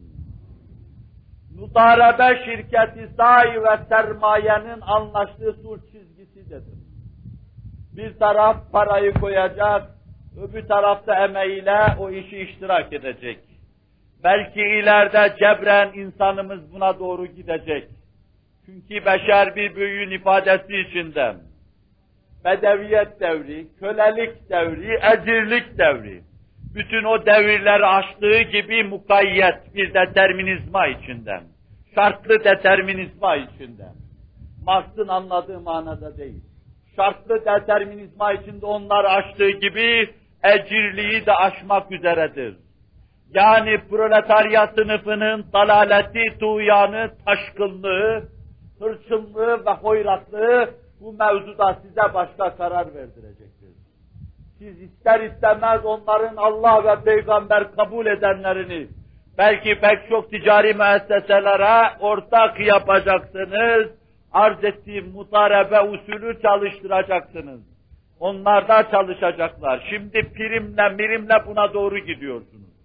Mudarebe şirketi sahi ve sermayenin anlaştığı sulh çizgisi dedim. Bir taraf parayı koyacak, öbür tarafta emeğiyle o işi iştirak edecek. Belki ileride cebren insanımız buna doğru gidecek. Çünkü beşer bir büyüğün ifadesi içinde. Bedeviyet devri, kölelik devri, ecirlik devri. Bütün o devirleri aştığı gibi mukayyet bir determinizma içinde. Şartlı determinizma içinde. Marx'ın anladığı manada değil. Şartlı determinizma içinde onlar aştığı gibi ecirliği de aşmak üzeredir. Yani proletarya sınıfının dalaleti, tuğyanı, taşkınlığı, hırçınlığı ve hoyratlığı bu mevzuda size başka karar verdirecektir. Siz ister istemez onların Allah ve peygamber kabul edenlerini, Belki pek çok ticari müesseselere ortak yapacaksınız. Arz ettiğim mutarebe usulü çalıştıracaksınız. Onlar da çalışacaklar. Şimdi primle mirimle buna doğru gidiyorsunuz.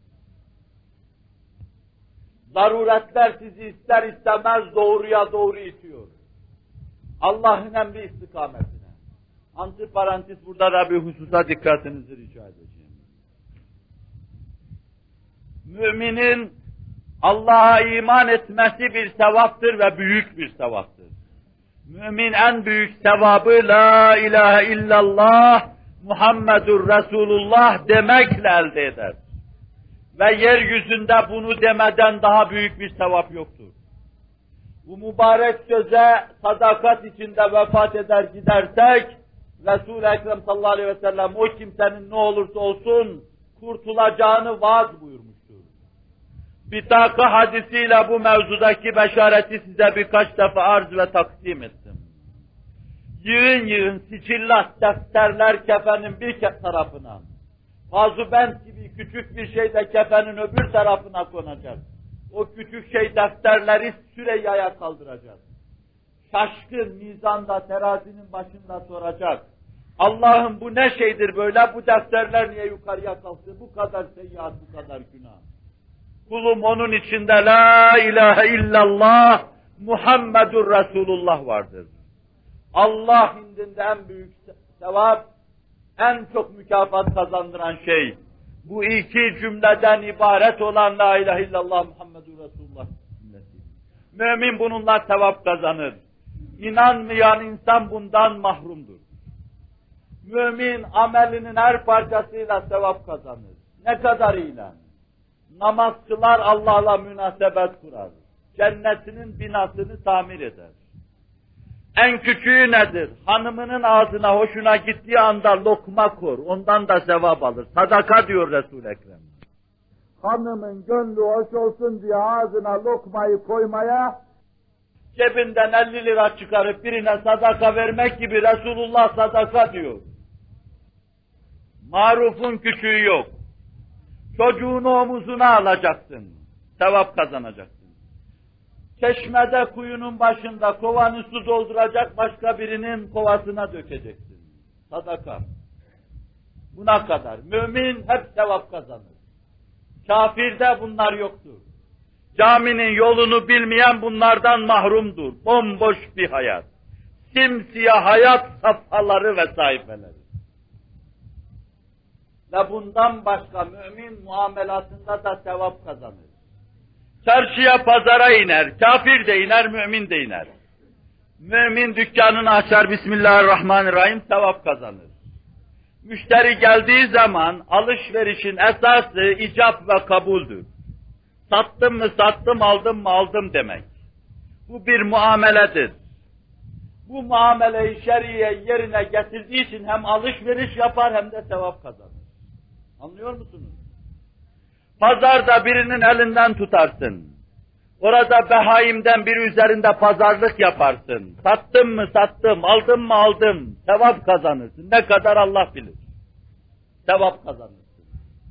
Zaruretler sizi ister istemez doğruya doğru itiyor. Allah'ın emri istikametine. Antiparantez burada da bir hususa dikkatinizi rica edeceğim. Müminin Allah'a iman etmesi bir sevaptır ve büyük bir sevaptır. Mümin en büyük sevabı la ilahe illallah Muhammedur Resulullah demekle elde eder. Ve yeryüzünde bunu demeden daha büyük bir sevap yoktur. Bu mübarek söze sadakat içinde vefat eder gidersek, Resul-i Ekrem sallallahu aleyhi ve sellem o kimsenin ne olursa olsun kurtulacağını vaaz buyurmuştur. Bitaka hadisiyle bu mevzudaki beşareti size birkaç defa arz ve takdim ettim. Yığın yığın sicillat defterler kefenin bir tarafına, pazubent gibi küçük bir şey de kefenin öbür tarafına konacak. O küçük şey defterleri Süreyya'ya kaldıracak. Şaşkın mizanda terazinin başında soracak. Allah'ım bu ne şeydir böyle, bu defterler niye yukarıya kalktı, bu kadar seyyiat, bu kadar günah. Kulum onun içinde la ilahe illallah Muhammedur Resulullah vardır. Allah indinde en büyük sevap, en çok mükafat kazandıran şey, bu iki cümleden ibaret olan la ilahe illallah Muhammedur Resulullah cümlesi. Mümin bununla sevap kazanır. İnanmayan insan bundan mahrumdur. Mümin amelinin her parçasıyla sevap kazanır. Ne kadarıyla? Namaz kılar, Allah'la münasebet kurar. Cennetinin binasını tamir eder. En küçüğü nedir? Hanımının ağzına hoşuna gittiği anda lokma kor, ondan da sevap alır. Sadaka diyor Resul-i Ekrem. Hanımın gönlü hoş olsun diye ağzına lokmayı koymaya, cebinden elli lira çıkarıp birine sadaka vermek gibi Resulullah sadaka diyor. Marufun küçüğü yok. Çocuğunu omuzuna alacaksın, sevap kazanacaksın. Çeşmede kuyunun başında kovanı su dolduracak, başka birinin kovasına dökeceksin. Sadaka. Buna kadar. Mümin hep sevap kazanır. Kafirde bunlar yoktur. Caminin yolunu bilmeyen bunlardan mahrumdur. Bomboş bir hayat. Simsiyah hayat safhaları ve sayfeleri. Ve bundan başka mümin muamelatında da sevap kazanır. Çarşıya pazara iner, kafir de iner, mümin de iner. Mümin dükkanını açar, Bismillahirrahmanirrahim, sevap kazanır. Müşteri geldiği zaman alışverişin esası icap ve kabuldür. Sattım mı sattım, aldım mı aldım demek. Bu bir muameledir. Bu muamele-i şer'iye yerine getirdiği için hem alışveriş yapar hem de sevap kazanır. Anlıyor musunuz? Pazarda birinin elinden tutarsın. Orada behaimden biri üzerinde pazarlık yaparsın. Sattım mı sattım, aldım mı aldım. Sevap kazanırsın. Ne kadar Allah bilir. Sevap kazanırsın.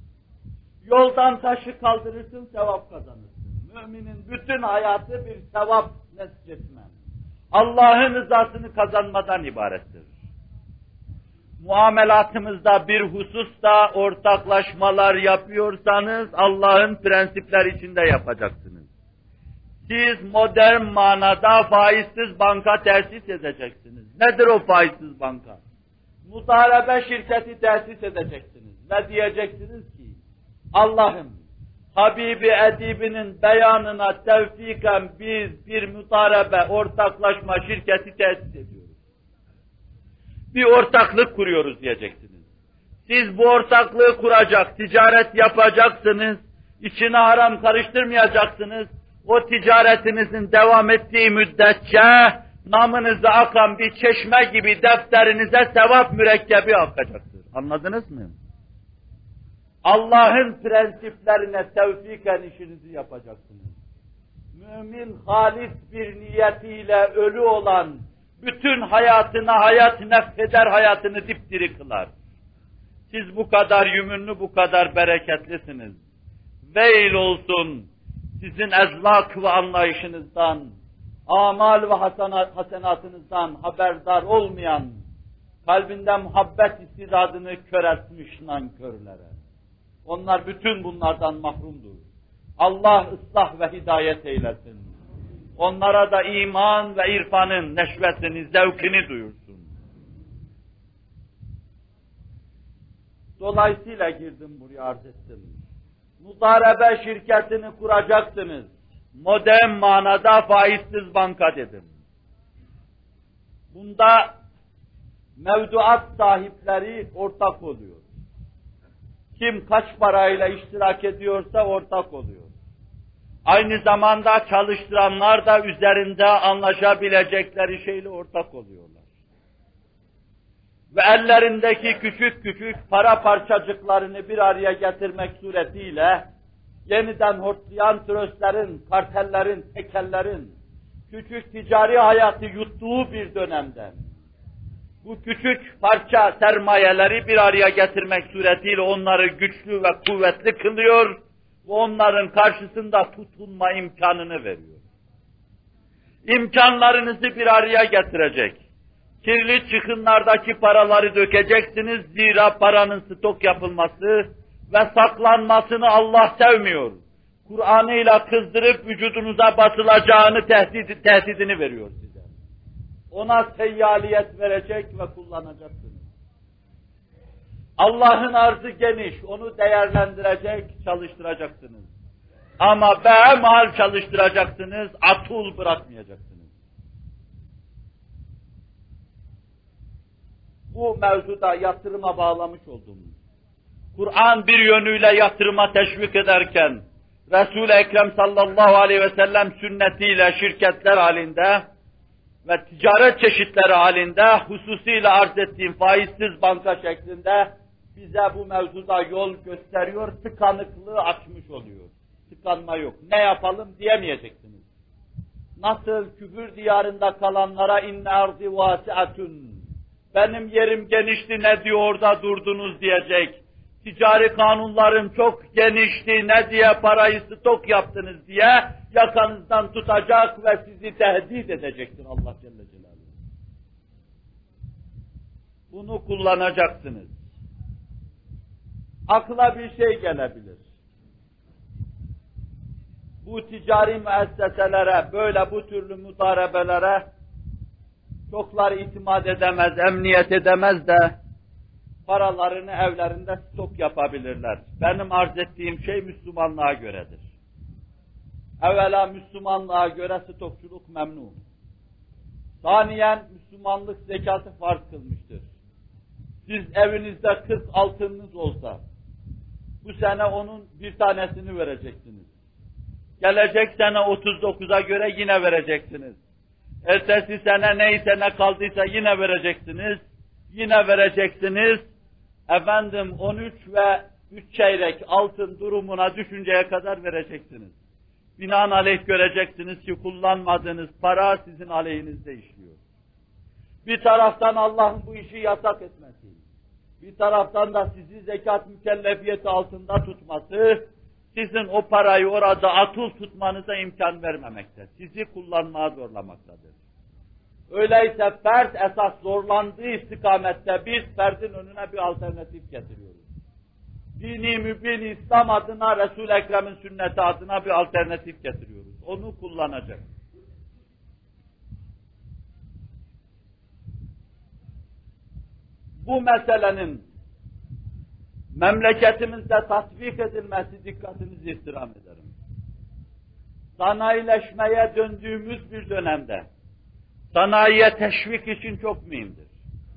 Yoldan taşı kaldırırsın, sevap kazanırsın. Müminin bütün hayatı bir sevap nescetme. Allah'ın rızasını kazanmadan ibarettir. Muamelatımızda bir hususta ortaklaşmalar yapıyorsanız Allah'ın prensipler içinde yapacaksınız. Siz modern manada faizsiz banka tesis edeceksiniz. Nedir o faizsiz banka? Mudarebe şirketi tesis edeceksiniz. Ve diyeceksiniz ki Allah'ım Habibi Edibi'nin beyanına tevfiken biz bir mudarebe ortaklaşma şirketi tesis ediyoruz. Bir ortaklık kuruyoruz diyeceksiniz. Siz bu ortaklığı kuracak, ticaret yapacaksınız, içine haram karıştırmayacaksınız. O ticaretinizin devam ettiği müddetçe namınıza akan bir çeşme gibi defterinize sevap mürekkebi akacaktır. Anladınız mı? Allah'ın prensiplerine tevfiken işinizi yapacaksınız. Mümin halis bir niyetiyle ölü olan, bütün hayatına hayat nefheder, hayatını dipdiri kılar. Siz bu kadar yümünlü, bu kadar bereketlisiniz. Veil olsun sizin ezlak ve anlayışınızdan, amal ve hasenat, hasenatınızdan haberdar olmayan, kalbinde muhabbet istidadını kör etmiş nankörlere. Onlar bütün bunlardan mahrumdur. Allah ıslah ve hidayet eylesin. Onlara da iman ve irfanın neşvetini, zevkini duyursun. Dolayısıyla girdim buraya, arz ettim. Mudarebe şirketini kuracaksınız. Modern manada faizsiz banka dedim. Bunda mevduat sahipleri ortak oluyor. Kim kaç parayla iştirak ediyorsa ortak oluyor. Aynı zamanda çalıştıranlar da üzerinde anlaşabilecekleri şeyle ortak oluyorlar. Ve ellerindeki küçük küçük para parçacıklarını bir araya getirmek suretiyle yeniden hortlayan tröstlerin, kartellerin, tekellerin küçük ticari hayatı yuttuğu bir dönemden bu küçük parça sermayeleri bir araya getirmek suretiyle onları güçlü ve kuvvetli kılıyor ve onların karşısında tutunma imkanını veriyor. İmkanlarınızı bir araya getirecek. Kirli çıkınlardaki paraları dökeceksiniz, zira paranın stok yapılması ve saklanmasını Allah sevmiyor. Kur'an'ıyla kızdırıp vücudunuza basılacağını tehdit, tehdidini veriyor size. Ona seyyaliyet verecek ve kullanacaksınız. Allah'ın arzı geniş, onu değerlendirecek, çalıştıracaksınız. Ama bemal çalıştıracaksınız, atul bırakmayacaksınız. Bu mevzuda yatırıma bağlamış oldum. Kur'an bir yönüyle yatırıma teşvik ederken, Resul-i Ekrem sallallahu aleyhi ve sellem sünnetiyle şirketler halinde ve ticaret çeşitleri halinde hususiyle arz ettiğim faizsiz banka şeklinde bize bu mevzuda yol gösteriyor, tıkanıklığı açmış oluyor. Tıkanma yok. Ne yapalım diyemeyeceksiniz. Nasıl küfür diyarında kalanlara inne ardı vasiatun, benim yerim genişti ne diyor orada durdunuz diyecek. Ticari kanunların çok genişti ne diye parayı stok yaptınız diye yakanızdan tutacak ve sizi tehdit edecektir Allah Celle Celaluhu. Bunu kullanacaksınız. Akla bir şey gelebilir. Bu ticari müesseselere, böyle bu türlü mudarebelere çoklar itimat edemez, emniyet edemez de paralarını evlerinde stok yapabilirler. Benim arz ettiğim şey Müslümanlığa göredir. Evvela Müslümanlığa göre stokçuluk memnun. Saniyen Müslümanlık zekatı farz kılmıştır. Siz evinizde kırk altınınız olsa, bu sene onun bir tanesini vereceksiniz. Gelecek sene otuz dokuza göre yine vereceksiniz. Ertesi sene neyse ne kaldıysa yine vereceksiniz. Yine vereceksiniz. Efendim on üç ve üç çeyrek altın durumuna düşünceye kadar vereceksiniz. Binaenaleyh göreceksiniz ki kullanmadığınız para sizin aleyhinizde işliyor. Bir taraftan Allah'ın bu işi yasak etmesi, bir taraftan da sizi zekat mükellefiyeti altında tutması, sizin o parayı orada atıl tutmanıza imkan vermemekte, sizi kullanmaya zorlamaktadır. Öyleyse fert esas zorlandığı istikamette biz ferdin önüne bir alternatif getiriyoruz. Dini mübin İslam adına, Resul-i Ekrem'in sünneti adına bir alternatif getiriyoruz. Onu kullanacak. Bu meselenin memleketimizde tatbik edilmesi dikkatinizi istirham ederim. Sanayileşmeye döndüğümüz bir dönemde sanayiye teşvik için çok mühimdir.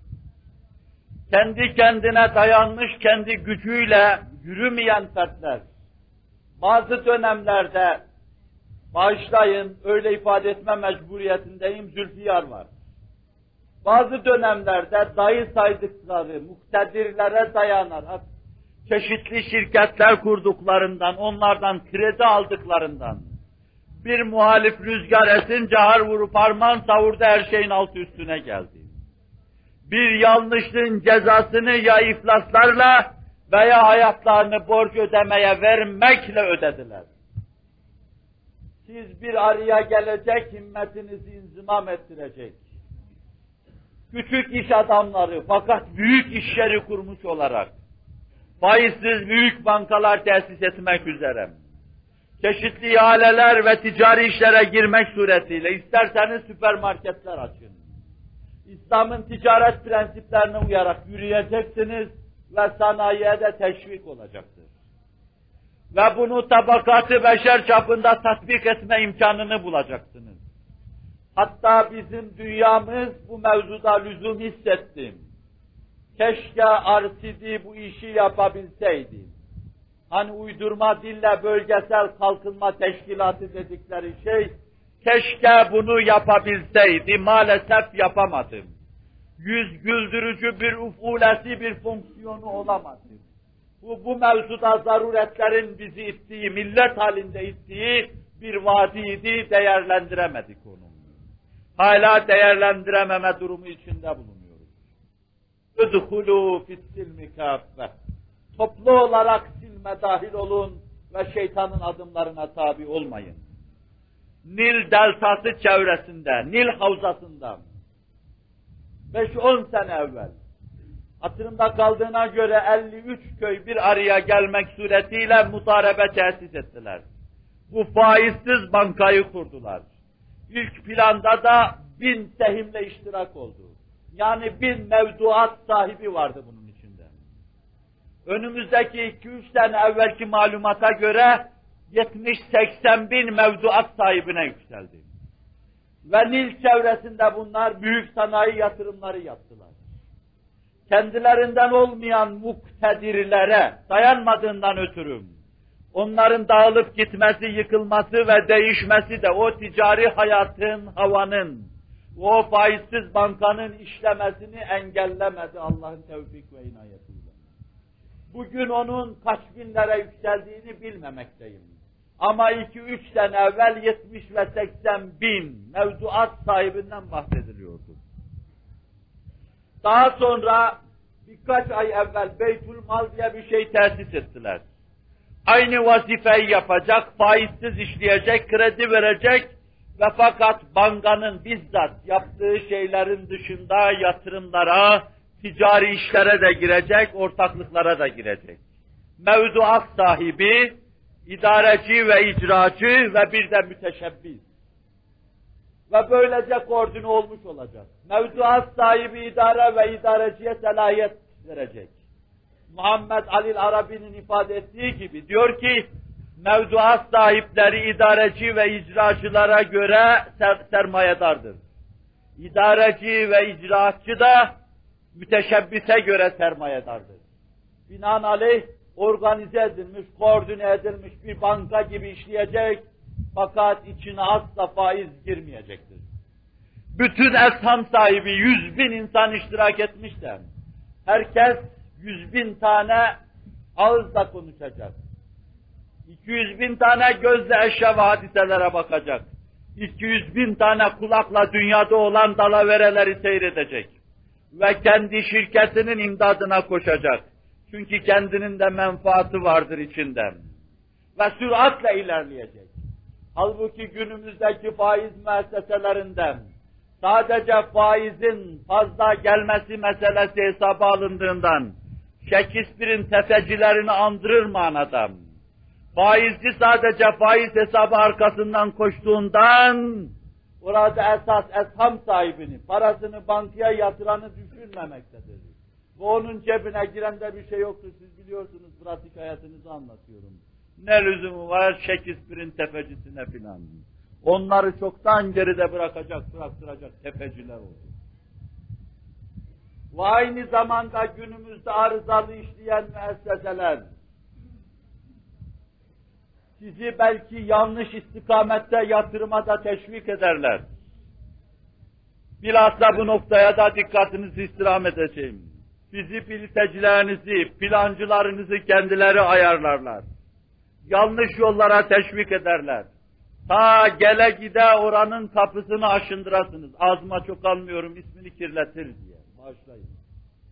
Kendi kendine dayanmış, kendi gücüyle yürümeyen fertler, bazı dönemlerde, bağışlayın, öyle ifade etme mecburiyetindeyim, Zülfiyar var. Bazı dönemlerde dayı saydıkları muktedirlere dayanarak, çeşitli şirketler kurduklarından, onlardan kredi aldıklarından, bir muhalif rüzgar esince har vurup harman savurdu, her şeyin altı üstüne geldi. Bir yanlışlığın cezasını ya iflaslarla veya hayatlarını borç ödemeye vermekle ödediler. Siz bir araya gelecek, himmetinizi inzimam ettirecek. Küçük iş adamları fakat büyük işleri kurmuş olarak, faizsiz büyük bankalar tesis etmek üzere, çeşitli ihaleler ve ticari işlere girmek suretiyle isterseniz süpermarketler açın. İslam'ın ticaret prensiplerine uyarak yürüyeceksiniz ve sanayiye de teşvik olacaktır. Ve bunu tabakatı beşer çapında tatbik etme imkanını bulacaksınız. Hatta bizim dünyamız bu mevzuda lüzum hissetti. Keşke R C D bu işi yapabilseydi. Hani uydurma dille bölgesel kalkınma teşkilatı dedikleri şey, keşke bunu yapabilseydi, maalesef yapamadım. Yüz güldürücü bir ufulesi bir fonksiyonu olamadı. Bu, bu mevzuda zaruretlerin bizi ittiği, millet halinde ittiği bir vadiydi, değerlendiremedik onu. Hala değerlendirememe durumu içinde bulunuyoruz. اُدْخُلُوا فِي السِّلْمِ كَافَّةً Toplu olarak silme dahil olun ve şeytanın adımlarına tabi olmayın. Nil deltası çevresinde, Nil havzasında beş on sene evvel, hatırımda kaldığına göre elli üç köy bir araya gelmek suretiyle mudarebe tesis ettiler. Bu faizsiz bankayı kurdular. İlk planda da bin sehimle iştirak oldu. Yani bin mevduat sahibi vardı bunun içinde. Önümüzdeki iki üç sene evvelki malumata göre yetmiş seksen bin mevduat sahibine yükseldi. Ve Nil çevresinde bunlar büyük sanayi yatırımları yaptılar. Kendilerinden olmayan muktedirlere dayanmadığından ötürü onların dağılıp gitmesi, yıkılması ve değişmesi de o ticari hayatın, havanın, o faizsiz bankanın işlemesini engellemedi Allah'ın tevfik ve inayetiyle. Bugün onun kaç binlere yükseldiğini bilmemekteyim. Ama iki üç sene evvel yetmiş ve seksen bin mevduat sahibinden bahsediliyordu. Daha sonra birkaç ay evvel Beytülmal diye bir şey tesis ettiler. Aynı vazifeyi yapacak, faizsiz işleyecek, kredi verecek ve fakat bankanın bizzat yaptığı şeylerin dışında yatırımlara, ticari işlere de girecek, ortaklıklara da girecek. Mevduat sahibi, idareci ve icracı ve bir de müteşebbis. Ve böylece koordine olmuş olacak. Mevduat sahibi idare ve idareciye selahiyet verecek. Muhammed Ali Arabi'nin ifade ettiği gibi diyor ki, mevduat sahipleri idareci ve icracılara göre ser sermayedardır. İdareci ve icraatçı da müteşebbise göre sermayedardır. Binaenaleyh organize edilmiş, koordine edilmiş bir banka gibi işleyecek, fakat içine asla faiz girmeyecektir. Bütün esham sahibi yüz bin insan iştirak etmişler. Herkes yüz bin tane ağızla konuşacak. iki yüz bin tane gözle eşya ve hadiselere bakacak. iki yüz bin tane kulakla dünyada olan dalavereleri seyredecek. Ve kendi şirketinin imdadına koşacak. Çünkü kendinin de menfaati vardır içinde. Ve süratle ilerleyecek. Halbuki günümüzdeki faiz müesseselerinden sadece faizin fazla gelmesi meselesi hesaba alındığından Shakespeare'in tefecilerini andırır manada. Faizci sadece faiz hesabı arkasından koştuğundan orada esas esham sahibini, parasını bankaya yatıranı düşünmemektedir. Ve onun cebine girende bir şey yoktur. Siz biliyorsunuz, pratik hayatınızı anlatıyorum. Ne lüzumu var Shakespeare'in tefecisine filan. Onları çoktan geride bırakacak, bıraktıracak tefeciler oldu. Ve aynı zamanda günümüzde arızalı işleyen müesseseler, sizi belki yanlış istikamette yatırıma da teşvik ederler. Bilhassa bu noktaya da dikkatinizi istirham edeceğim. Fizibilitecilerinizi, plancılarınızı kendileri ayarlarlar. Yanlış yollara teşvik ederler. Ta gele gide oranın kapısını aşındırasınız. Ağzıma çok almıyorum, ismini kirletir diye. Bağışlayın.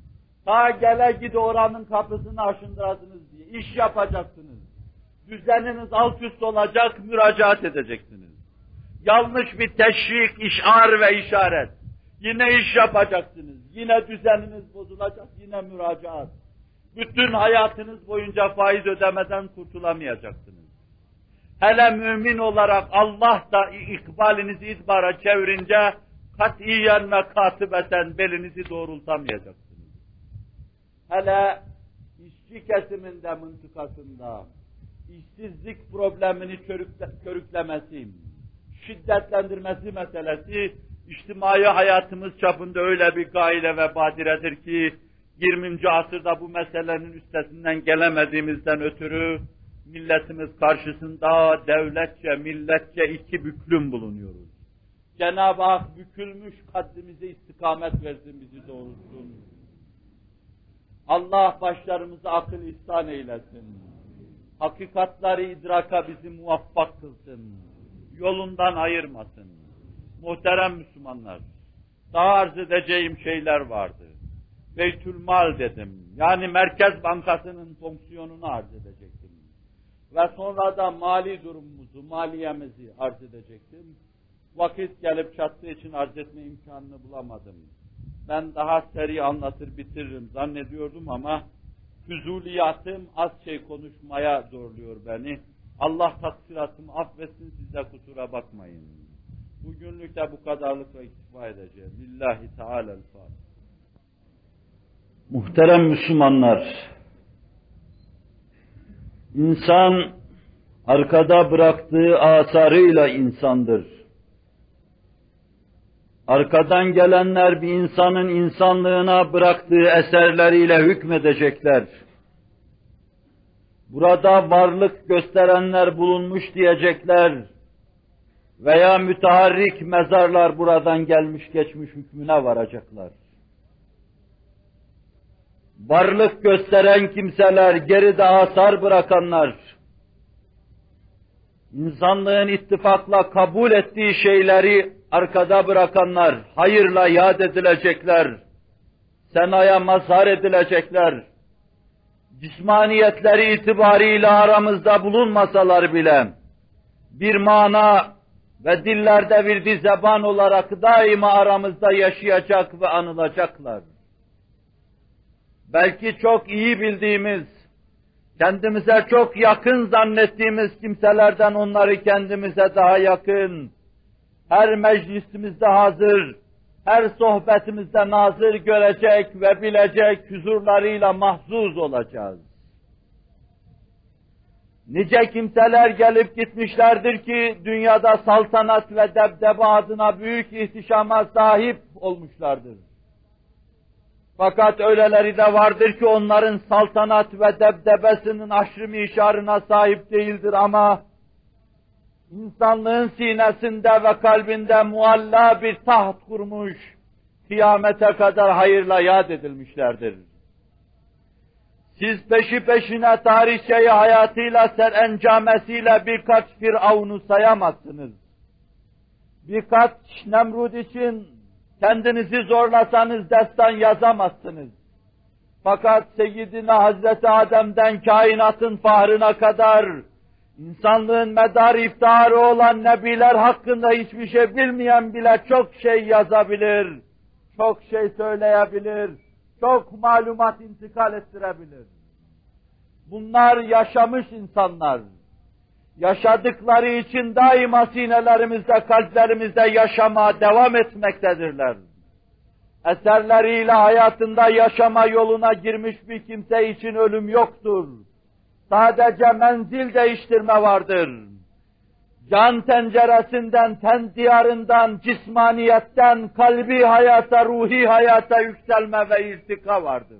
Ta gele gide oranın kapısını aşındırasınız diye iş yapacaksınız. Düzeniniz alt üst olacak, müracaat edeceksiniz. Yanlış bir teşvik, işar ve işaret. Yine iş yapacaksınız. Yine düzeniniz bozulacak, yine müracaat. Bütün hayatınız boyunca faiz ödemeden kurtulamayacaksınız. Hele mümin olarak Allah da ikbalinizi idbara çevirince katiyen ve katibeten belinizi doğrultamayacaksınız. Hele işçi kesiminde, mıntıkasında işsizlik problemini körükle, körüklemesi, şiddetlendirmesi meselesi içtimai hayatımız çapında öyle bir gaile ve badiredir ki yirminci asırda bu meselenin üstesinden gelemediğimizden ötürü milletimiz karşısında devletçe, milletçe iki büklüm bulunuyoruz. Cenab-ı Hak bükülmüş kaddimize istikamet versin, bizi doğrultsun. Allah başlarımıza akıl ihsan eylesin. Hakikatları idraka bizi muvaffak kılsın. Yolundan ayırmasın. Muhterem Müslümanlar, daha arz edeceğim şeyler vardı. Beytülmal dedim. Yani Merkez Bankası'nın fonksiyonunu arz edecektim. Ve sonra da mali durumumuzu, maliyemizi arz edecektim. Vakit gelip çattığı için arz etme imkanını bulamadım. Ben daha seri anlatır bitiririm zannediyordum ama füzuliyatım az şey konuşmaya zorluyor beni. Allah taksiratımı affetsin, siz de kusura bakmayın. Bugünlük de bu kadarlıkla iktifa edeceğim. Lillahi Teala'l-Fatiha. Muhterem Müslümanlar, insan arkada bıraktığı asarıyla insandır. Arkadan gelenler bir insanın insanlığına bıraktığı eserleriyle hükmedecekler. Burada varlık gösterenler bulunmuş diyecekler veya müteharrik mezarlar buradan gelmiş geçmiş hükmüne varacaklar. Varlık gösteren kimseler, geride asar bırakanlar, insanlığın ittifakla kabul ettiği şeyleri arkada bırakanlar, hayırla yad edilecekler, senaya mazhar edilecekler, cismaniyetleri itibariyle aramızda bulunmasalar bile, bir mana ve dillerde bir zeban olarak daima aramızda yaşayacak ve anılacaklar. Belki çok iyi bildiğimiz, kendimize çok yakın zannettiğimiz kimselerden onları kendimize daha yakın, her meclisimizde hazır, her sohbetimizde nazır görecek ve bilecek huzurlarıyla mahzuz olacağız. Nice kimseler gelip gitmişlerdir ki dünyada saltanat ve debdebe adına büyük ihtişama sahip olmuşlardır. Fakat öyleleri de vardır ki onların saltanat ve debdebesinin aşrı mişarına sahip değildir ama insanlığın sinesinde ve kalbinde mualla bir taht kurmuş, kıyamete kadar hayırla yad edilmişlerdir. Siz peşi peşine tarihçeyi hayatıyla, serencamesiyle birkaç Firavun'u sayamazsınız. Birkaç Nemrut için kendinizi zorlasanız destan yazamazsınız. Fakat Seyyidina Hazreti Adem'den kainatın fahrına kadar insanlığın medar iftiharı olan nebiler hakkında hiçbir şey bilmeyen bile çok şey yazabilir, çok şey söyleyebilir, çok malumat intikal ettirebilir. Bunlar yaşamış insanlar. Yaşadıkları için daima sinelerimizde, kalplerimizde yaşamaya devam etmektedirler. Eserleriyle hayatında yaşama yoluna girmiş bir kimse için ölüm yoktur. Sadece menzil değiştirme vardır. Can tenceresinden, ten diyarından, cismaniyetten, kalbi hayata, ruhi hayata yükselme ve irtika vardır.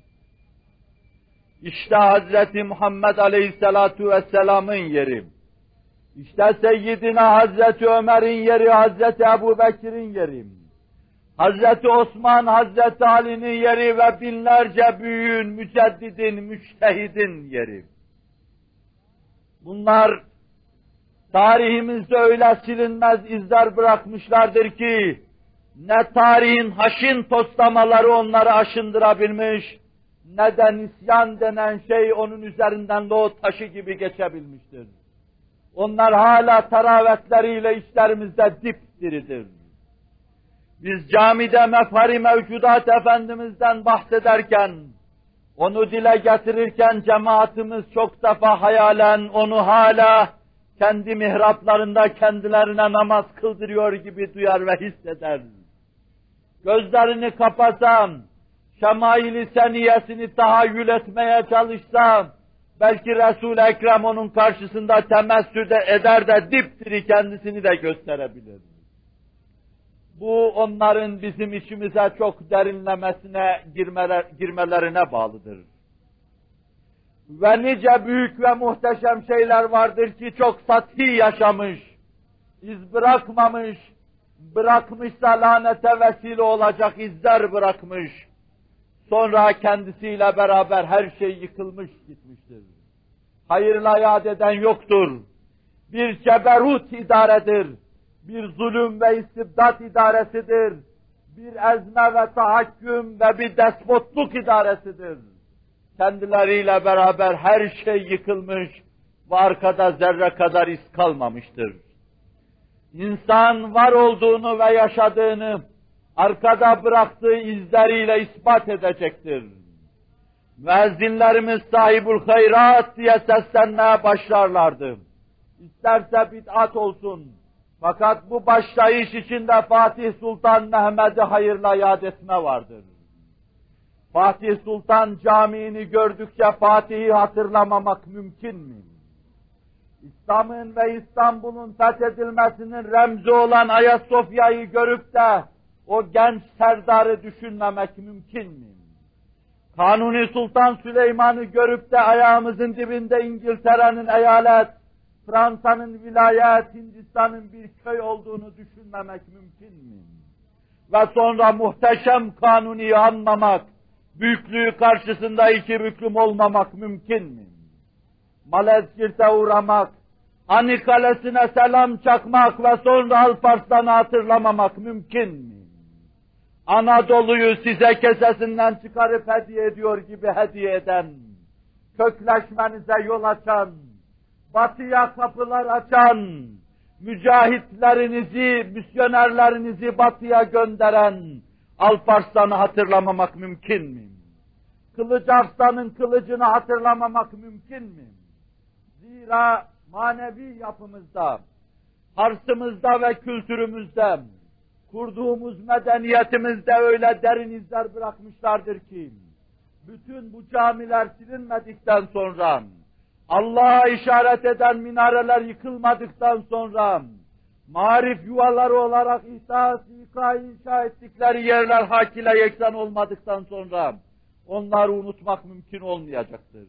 İşte Hazreti Muhammed Aleyhisselatu Vesselam'ın yeri. İşte Seyyidina Hazreti Ömer'in yeri, Hazreti Ebu Bekir'in yeri. Hazreti Osman, Hazreti Ali'nin yeri ve binlerce büyüğün, müceddidin, müçtehidin yeri. Bunlar tarihimizde öyle silinmez izler bırakmışlardır ki, ne tarihin haşin toslamaları onları aşındırabilmiş, ne de nisyan denen şey onun üzerinden loğut taşı gibi geçebilmiştir. Onlar hala teravetleriyle içlerimizde dipdiridir. Biz camide mefhari mevcudat Efendimiz'den bahsederken, onu dile getirirken cemaatimiz çok defa hayalen onu hala kendi mihraplarında kendilerine namaz kıldırıyor gibi duyar ve hisseder. Gözlerini kapasam, şemail-i seniyesini tahayyül etmeye çalışsam, belki Resul-i Ekrem onun karşısında temessül eder de dipdiri kendisini de gösterebilir. Bu onların bizim içimize çok derinlemesine girmeler, girmelerine bağlıdır. Ve nice büyük ve muhteşem şeyler vardır ki çok sathi yaşamış, iz bırakmamış, bırakmışsa lanete vesile olacak izler bırakmış. Sonra kendisiyle beraber her şey yıkılmış gitmiştir. Hayırla yad eden yoktur. Bir ceberut idaredir. Bir zulüm ve istibdat idaresidir. Bir ezme ve tahakküm ve bir despotluk idaresidir. Kendileriyle beraber her şey yıkılmış ve arkada zerre kadar iz kalmamıştır. İnsan var olduğunu ve yaşadığını arkada bıraktığı izleriyle ispat edecektir. Müezzinlerimiz sahibul hayrat diye seslenmeye başlarlardı. İsterse bid'at olsun. Fakat bu başlayış içinde Fatih Sultan Mehmet'i hayırla yad etme vardır. Fatih Sultan Camii'ni gördükçe Fatih'i hatırlamamak mümkün mü? İslam'ın ve İstanbul'un fethedilmesinin remzi olan Ayasofya'yı görüp de o genç serdarı düşünmemek mümkün mü? Kanuni Sultan Süleyman'ı görüp de ayağımızın dibinde İngiltere'nin eyalet, Fransa'nın vilayet, Hindistan'ın bir köy olduğunu düşünmemek mümkün mü? Ve sonra muhteşem Kanuni'yi anlamak, büyüklüğü karşısında iki büklüm olmamak mümkün mü? Malezgirt'e uğramak, Hani Kalesi'ne selam çakmak ve sonra Alparslan'ı hatırlamamak mümkün mü? Anadolu'yu size kesesinden çıkarıp hediye ediyor gibi hediye eden, kökleşmenize yol açan, batıya kapılar açan, mücahitlerinizi, misyonerlerinizi batıya gönderen Alparslan'ı hatırlamamak mümkün mü? Kılıç Arslan'ın kılıcını hatırlamamak mümkün mü? Zira manevi yapımızda, harsımızda ve kültürümüzde, kurduğumuz medeniyetimizde öyle derin izler bırakmışlardır ki, bütün bu camiler silinmedikten sonra, Allah'a işaret eden minareler yıkılmadıktan sonra, marif yuvaları olarak ihsas, ikayı inşa ettikleri yerler hak ile yeksan olmadıktan sonra, onları unutmak mümkün olmayacaktır.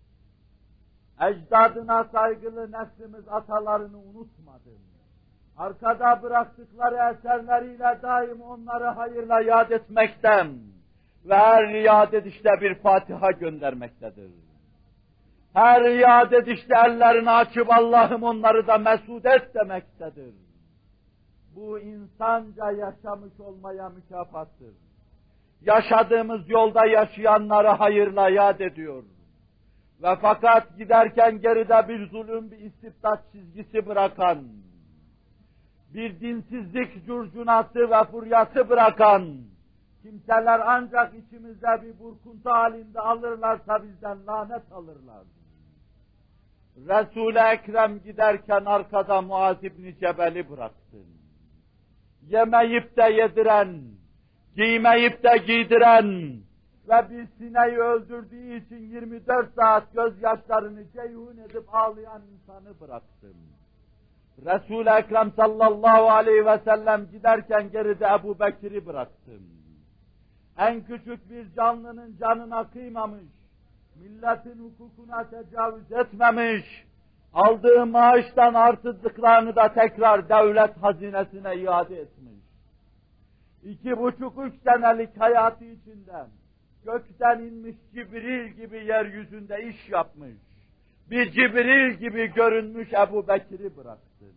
Ecdadına saygılı neslimiz atalarını unutmadı. Arkada bıraktıkları eserleriyle daim onları hayırla yad etmekten ve her yad edişte bir Fatiha göndermektedir. Her yad edişte ellerini açıp Allah'ım onları da mesud et demektedir. Bu insanca yaşamış olmaya mükafattır. Yaşadığımız yolda yaşayanları hayırla yad ediyor. Ve fakat giderken geride bir zulüm, bir istibdat çizgisi bırakan, bir dinsizlik curcunası ve furyası bırakan kimseler ancak içimizde bir burkuntu halinde alırlarsa bizden lanet alırlar. Resul-i Ekrem giderken arkada Muaz İbni Cebel'i bıraktı. Yemeyip de yediren, giymeyip de giydiren ve bir sineği öldürdüğü için yirmi dört saat gözyaşlarını ceyhun edip ağlayan insanı bıraktım. Resul-i Ekrem sallallahu aleyhi ve sellem giderken geride Ebu Bekir'i bıraktım. En küçük bir canlının canına kıymamış, milletin hukukuna tecavüz etmemiş, aldığı maaştan artırdıklarını da tekrar devlet hazinesine iade etmiş. İki buçuk üç senelik hayatı içinden gökten inmiş Cibril gibi yeryüzünde iş yapmış, bir Cibril gibi görünmüş Ebu Bekir'i bıraktı.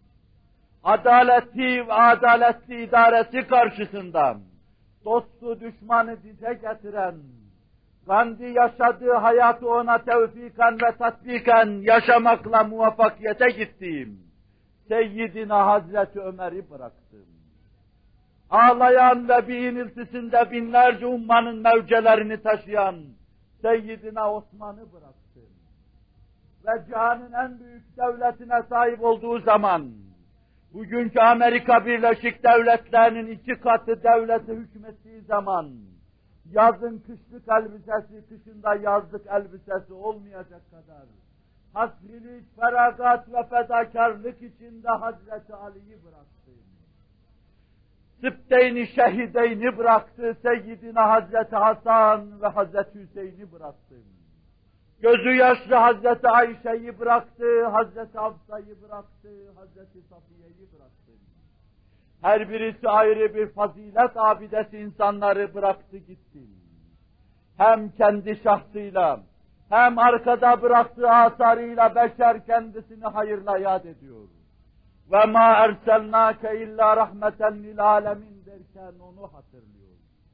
Adaleti ve adaletli idaresi karşısında dostu düşmanı dize getiren, Gandhi yaşadığı hayatı ona tevfikan ve tatbiken yaşamakla muvaffakiyete gittiğim Seyyidina Hazreti Ömer'i bıraktım. Ağlayan ve bir iniltisinde binlerce ummanın mevcelerini taşıyan Seyyidina Osman'ı bıraktım. Ve cihanın en büyük devletine sahip olduğu zaman, bugünkü Amerika Birleşik Devletleri'nin iki katı devleti hükmettiği zaman, yazın kışlık elbisesi, kışında yazlık elbisesi olmayacak kadar, hasbilik, feragat ve fedakarlık içinde Hazreti Ali'yi bıraktı. Sıbteyni şehideyni bıraktı, Seyyidina Hazreti Hasan ve Hazreti Hüseyin'i bıraktı. Gözü yaşlı Hazreti Ayşe'yi bıraktı, Hazreti Hafsa'yı bıraktı, Hazreti Safiye'yi bıraktı. Her birisi ayrı bir fazilet abidesi insanları bıraktı gitti. Hem kendi şahsıyla, hem arkada bıraktığı asarıyla beşer kendisini hayırla yad ediyor. Ve ma erselnâke illa rahmeten lil âlemin derken onu hatırlıyor.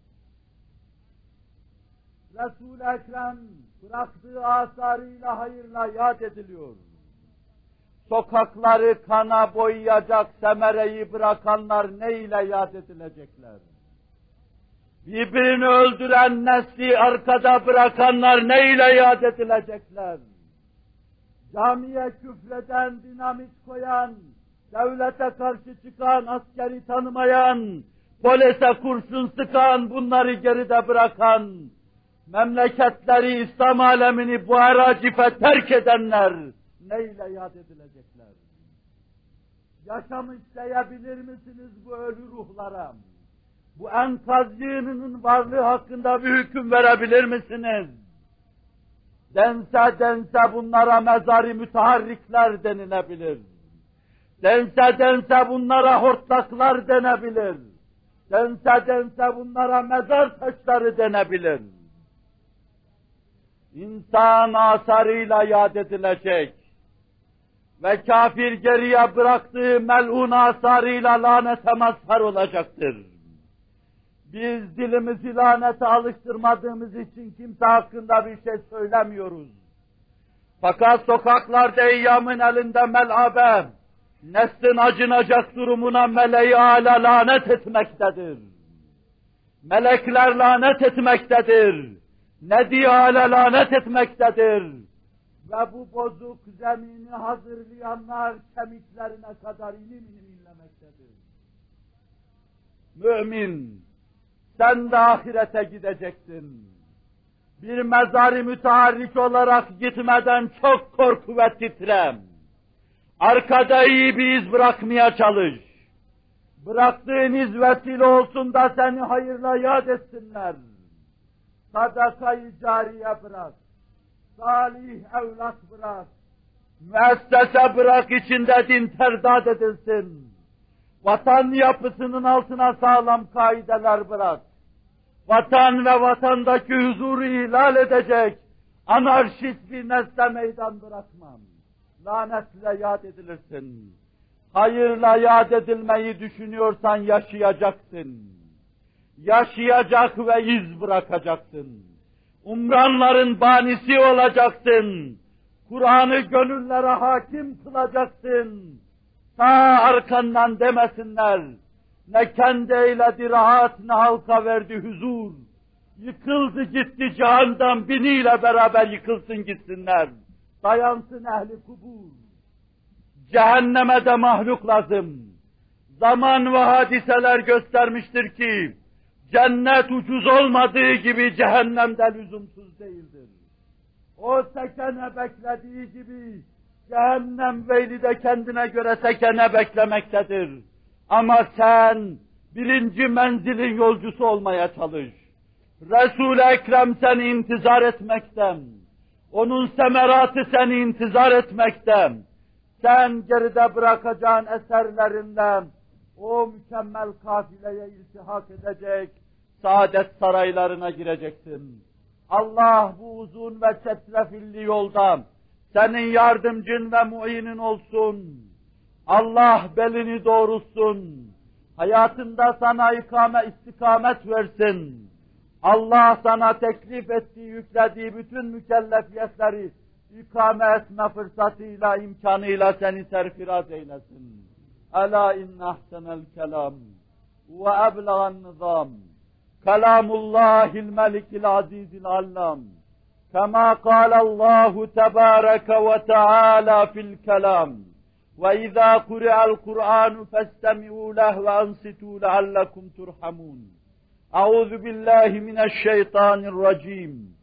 Resul-i Ekrem bıraktığı asarıyla hayırla yad ediliyor. Sokakları kana boyayacak semereyi bırakanlar ne ile yad edilecekler? Birbirini öldüren nesli arkada bırakanlar ne ile yad edilecekler? Camiye küfreden, dinamit koyan, devlete karşı çıkan, askeri tanımayan, polise kurşun sıkan, bunları geride bırakan, memleketleri, İslam alemini bu aracife terk edenler neyle yad edilecekler? Yaşam isteyebilir misiniz bu ölü ruhlara? Bu enkaz yığınının varlığı hakkında bir hüküm verebilir misiniz? Dense dense bunlara mezar-ı müteharrikler denilebilir. Dense dense bunlara hortlaklar denebilir. Dense dense bunlara mezar taşları denebilir. İnsan asarıyla yad edilecek ve kafir geriye bıraktığı mel'un asarıyla lanete mazhar olacaktır. Biz dilimizi lanete alıştırmadığımız için kimse hakkında bir şey söylemiyoruz. Fakat sokaklarda eyyamın elinde mel'abe, neslin acınacak durumuna meleği âlâ lanet etmektedir. Melekler lanet etmektedir. Nedi âlâ lanet etmektedir. Ve bu bozuk zemini hazırlayanlar kemiklerine kadar ilim ilim inlemektedir. Mümin, sen de ahirete gideceksin. Bir mezar-ı müteharrik olarak gitmeden çok korku ve titrem. Arkada iyi bir iz bırakmaya çalış. Bıraktığın iz vesile olsun da seni hayırla yad etsinler. Sadaka-i cariye bırak. Salih evlat bırak. Müessese bırak, içinde din terdat edilsin. Vatan yapısının altına sağlam kaideler bırak. Vatan ve vatandaki huzuru ihlal edecek anarşist bir nesle meydan bırakmam. Lanetle yad edilirsin. Hayırla yad edilmeyi düşünüyorsan yaşayacaksın. Yaşayacak ve iz bırakacaksın. Umranların banisi olacaksın. Kur'an'ı gönüllere hakim kılacaksın. Sağ arkandan demesinler. Ne kendi eyledi rahat, ne halka verdi huzur. Yıkıldı gitti cihandan, biniyle beraber yıkılsın gitsinler. Dayansın ehli kubur. Cehenneme de mahluk lazım. Zaman ve hadiseler göstermiştir ki, cennet ucuz olmadığı gibi cehennem de lüzumsuz değildir. O sekene beklediği gibi, cehennem veyli de kendine göre sekene beklemektedir. Ama sen, birinci menzilin yolcusu olmaya çalış. Resul-i Ekrem seni intizar etmekten, onun semeratı seni intizar etmekten, sen geride bırakacağın eserlerinle o mükemmel kafileye iltihak edecek, saadet saraylarına gireceksin. Allah bu uzun ve çetrefilli yolda senin yardımcın ve muinin olsun. Allah belini doğrultsun. Hayatında sana ikame, istikamet versin. Allah sana teklif ettiği, yüklediği bütün mükellefiyetleri ikame etme fırsatıyla, imkanıyla seni serfiraz eylesin. Ela inne ahsenel kelam ve eblegan nizam kelamullahil melikil azizil allam kema kâlallahu tebâreke ve teâlâ fil kelam ve izâ kuri'al Kur'anu festemi'û leh ve ansitû leallekum turhamun. Euzu billahi mineşşeytanirracim.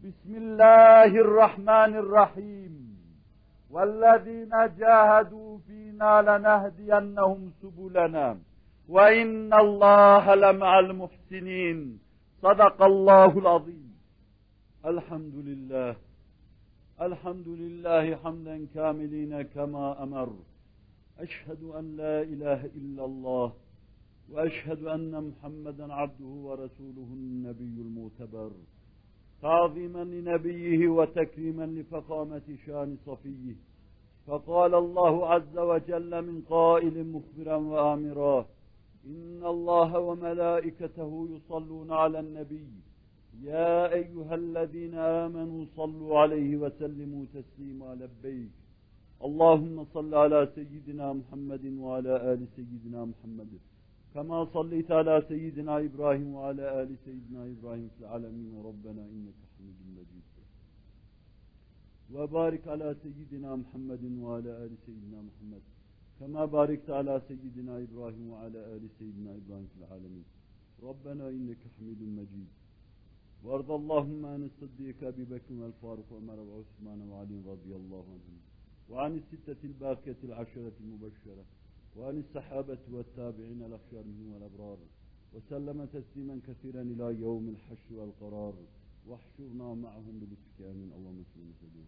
Bismillahirrahmanirrahim. وَالَّذ۪ينَ جَاهَدُوا ف۪ينَا لَنَهْدِيَنَّهُمْ سُبُلَنَا وَاِنَّ اللّٰهَ لَمَعَ الْمُحْسِنِينَ صَدَقَ اللّٰهُ الْعَظِيمُ. Elhamdülillah. Elhamdülillahi hamden kâmilîne kemâ emer. Eşhedü en la ilahe illallah ve eşhedü enne Muhammeden abduhu ve resuluhu'n nebiyyül muteber. تعظيما لنبيه وتكريما لفخامة شان صفيه فقال الله عز وجل من قائل مخبرا وآمرا إن الله وملائكته يصلون على النبي يا أيها الذين آمنوا صلوا عليه وسلموا تسليما لبيك اللهم صل على سيدنا محمد وعلى آل سيدنا محمد كما صليت على سيدنا إبراهيم وعلى آل سيدنا إبراهيم في العالمين ربنا إنك حميد مجيد وبارك على سيدنا محمد وعلى آل سيدنا محمد كما باركت على سيدنا إبراهيم وعلى آل سيدنا إبراهيم في العالمين ربنا إنك حميد مجيد وارض اللهم عن الصديق أبي بكر والفاروق وعمر وعثمان وعلي رضي الله عنهم وعن الستة الباقية العشرة المبشرة وعن الصحابة والتابعين الأخيار منهم والأبرار وسلم تسليما كثيرا إلى يوم الحشر والقرار واحشرنا معهم بلطفك آمين اللهم صل وسلم.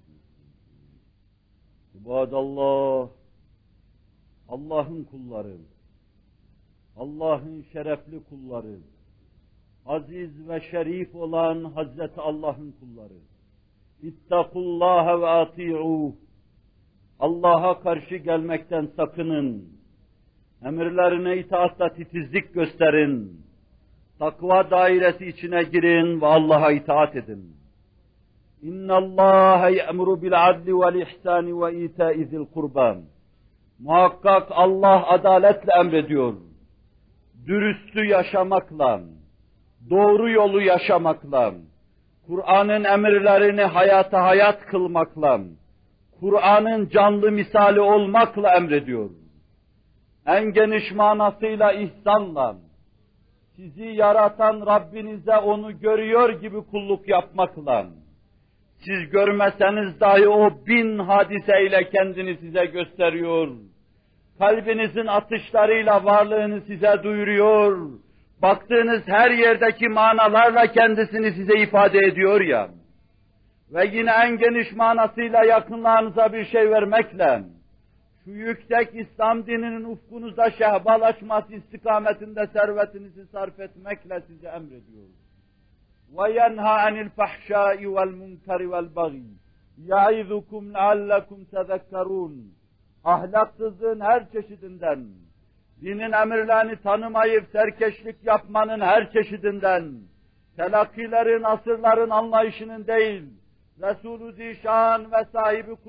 İbadallah, Allah'ın kulları, Allah'ın şerefli kulları, aziz ve şerif olan Hazreti Allah'ın kulları. İttakullâhe ve ati'ûh. Allah'a karşı gelmekten sakının. Emirlerine itaatta titizlik gösterin. Takva dairesi içine girin ve Allah'a itaat edin. İnna Allaha ye'muru bil adli vel ihsani ve ita'i zil kurban. Muhakkak Allah adaletle emrediyor. Dürüstü yaşamakla, doğru yolu yaşamakla, Kur'an'ın emirlerini hayata hayat kılmakla, Kur'an'ın canlı misali olmakla emrediyor. En geniş manasıyla ihsanla, sizi yaratan Rabbinize onu görüyor gibi kulluk yapmakla, siz görmeseniz dahi o bin hadiseyle kendini size gösteriyor, kalbinizin atışlarıyla varlığını size duyuruyor, baktığınız her yerdeki manalarla kendisini size ifade ediyor ya, ve yine en geniş manasıyla yakınlarınıza bir şey vermekle, şu yüksek İslam dininin ufkunuzda şehbalaşması istikametinde servetinizi sarf etmekle size emrediyor. وَيَنْهَا عَنِ الْفَحْشَاءِ وَالْمُنْكَرِ وَالْبَغِيِ يَعِذُكُمْ لَعَلَّكُمْ تَذَكَّرُونَ. Ahlaksızlığın her çeşidinden, dinin emirlerini tanımayıp serkeşlik yapmanın her çeşidinden, telakkilerin, asırların anlayışının değil, Resul-ü Zişan ve sahibi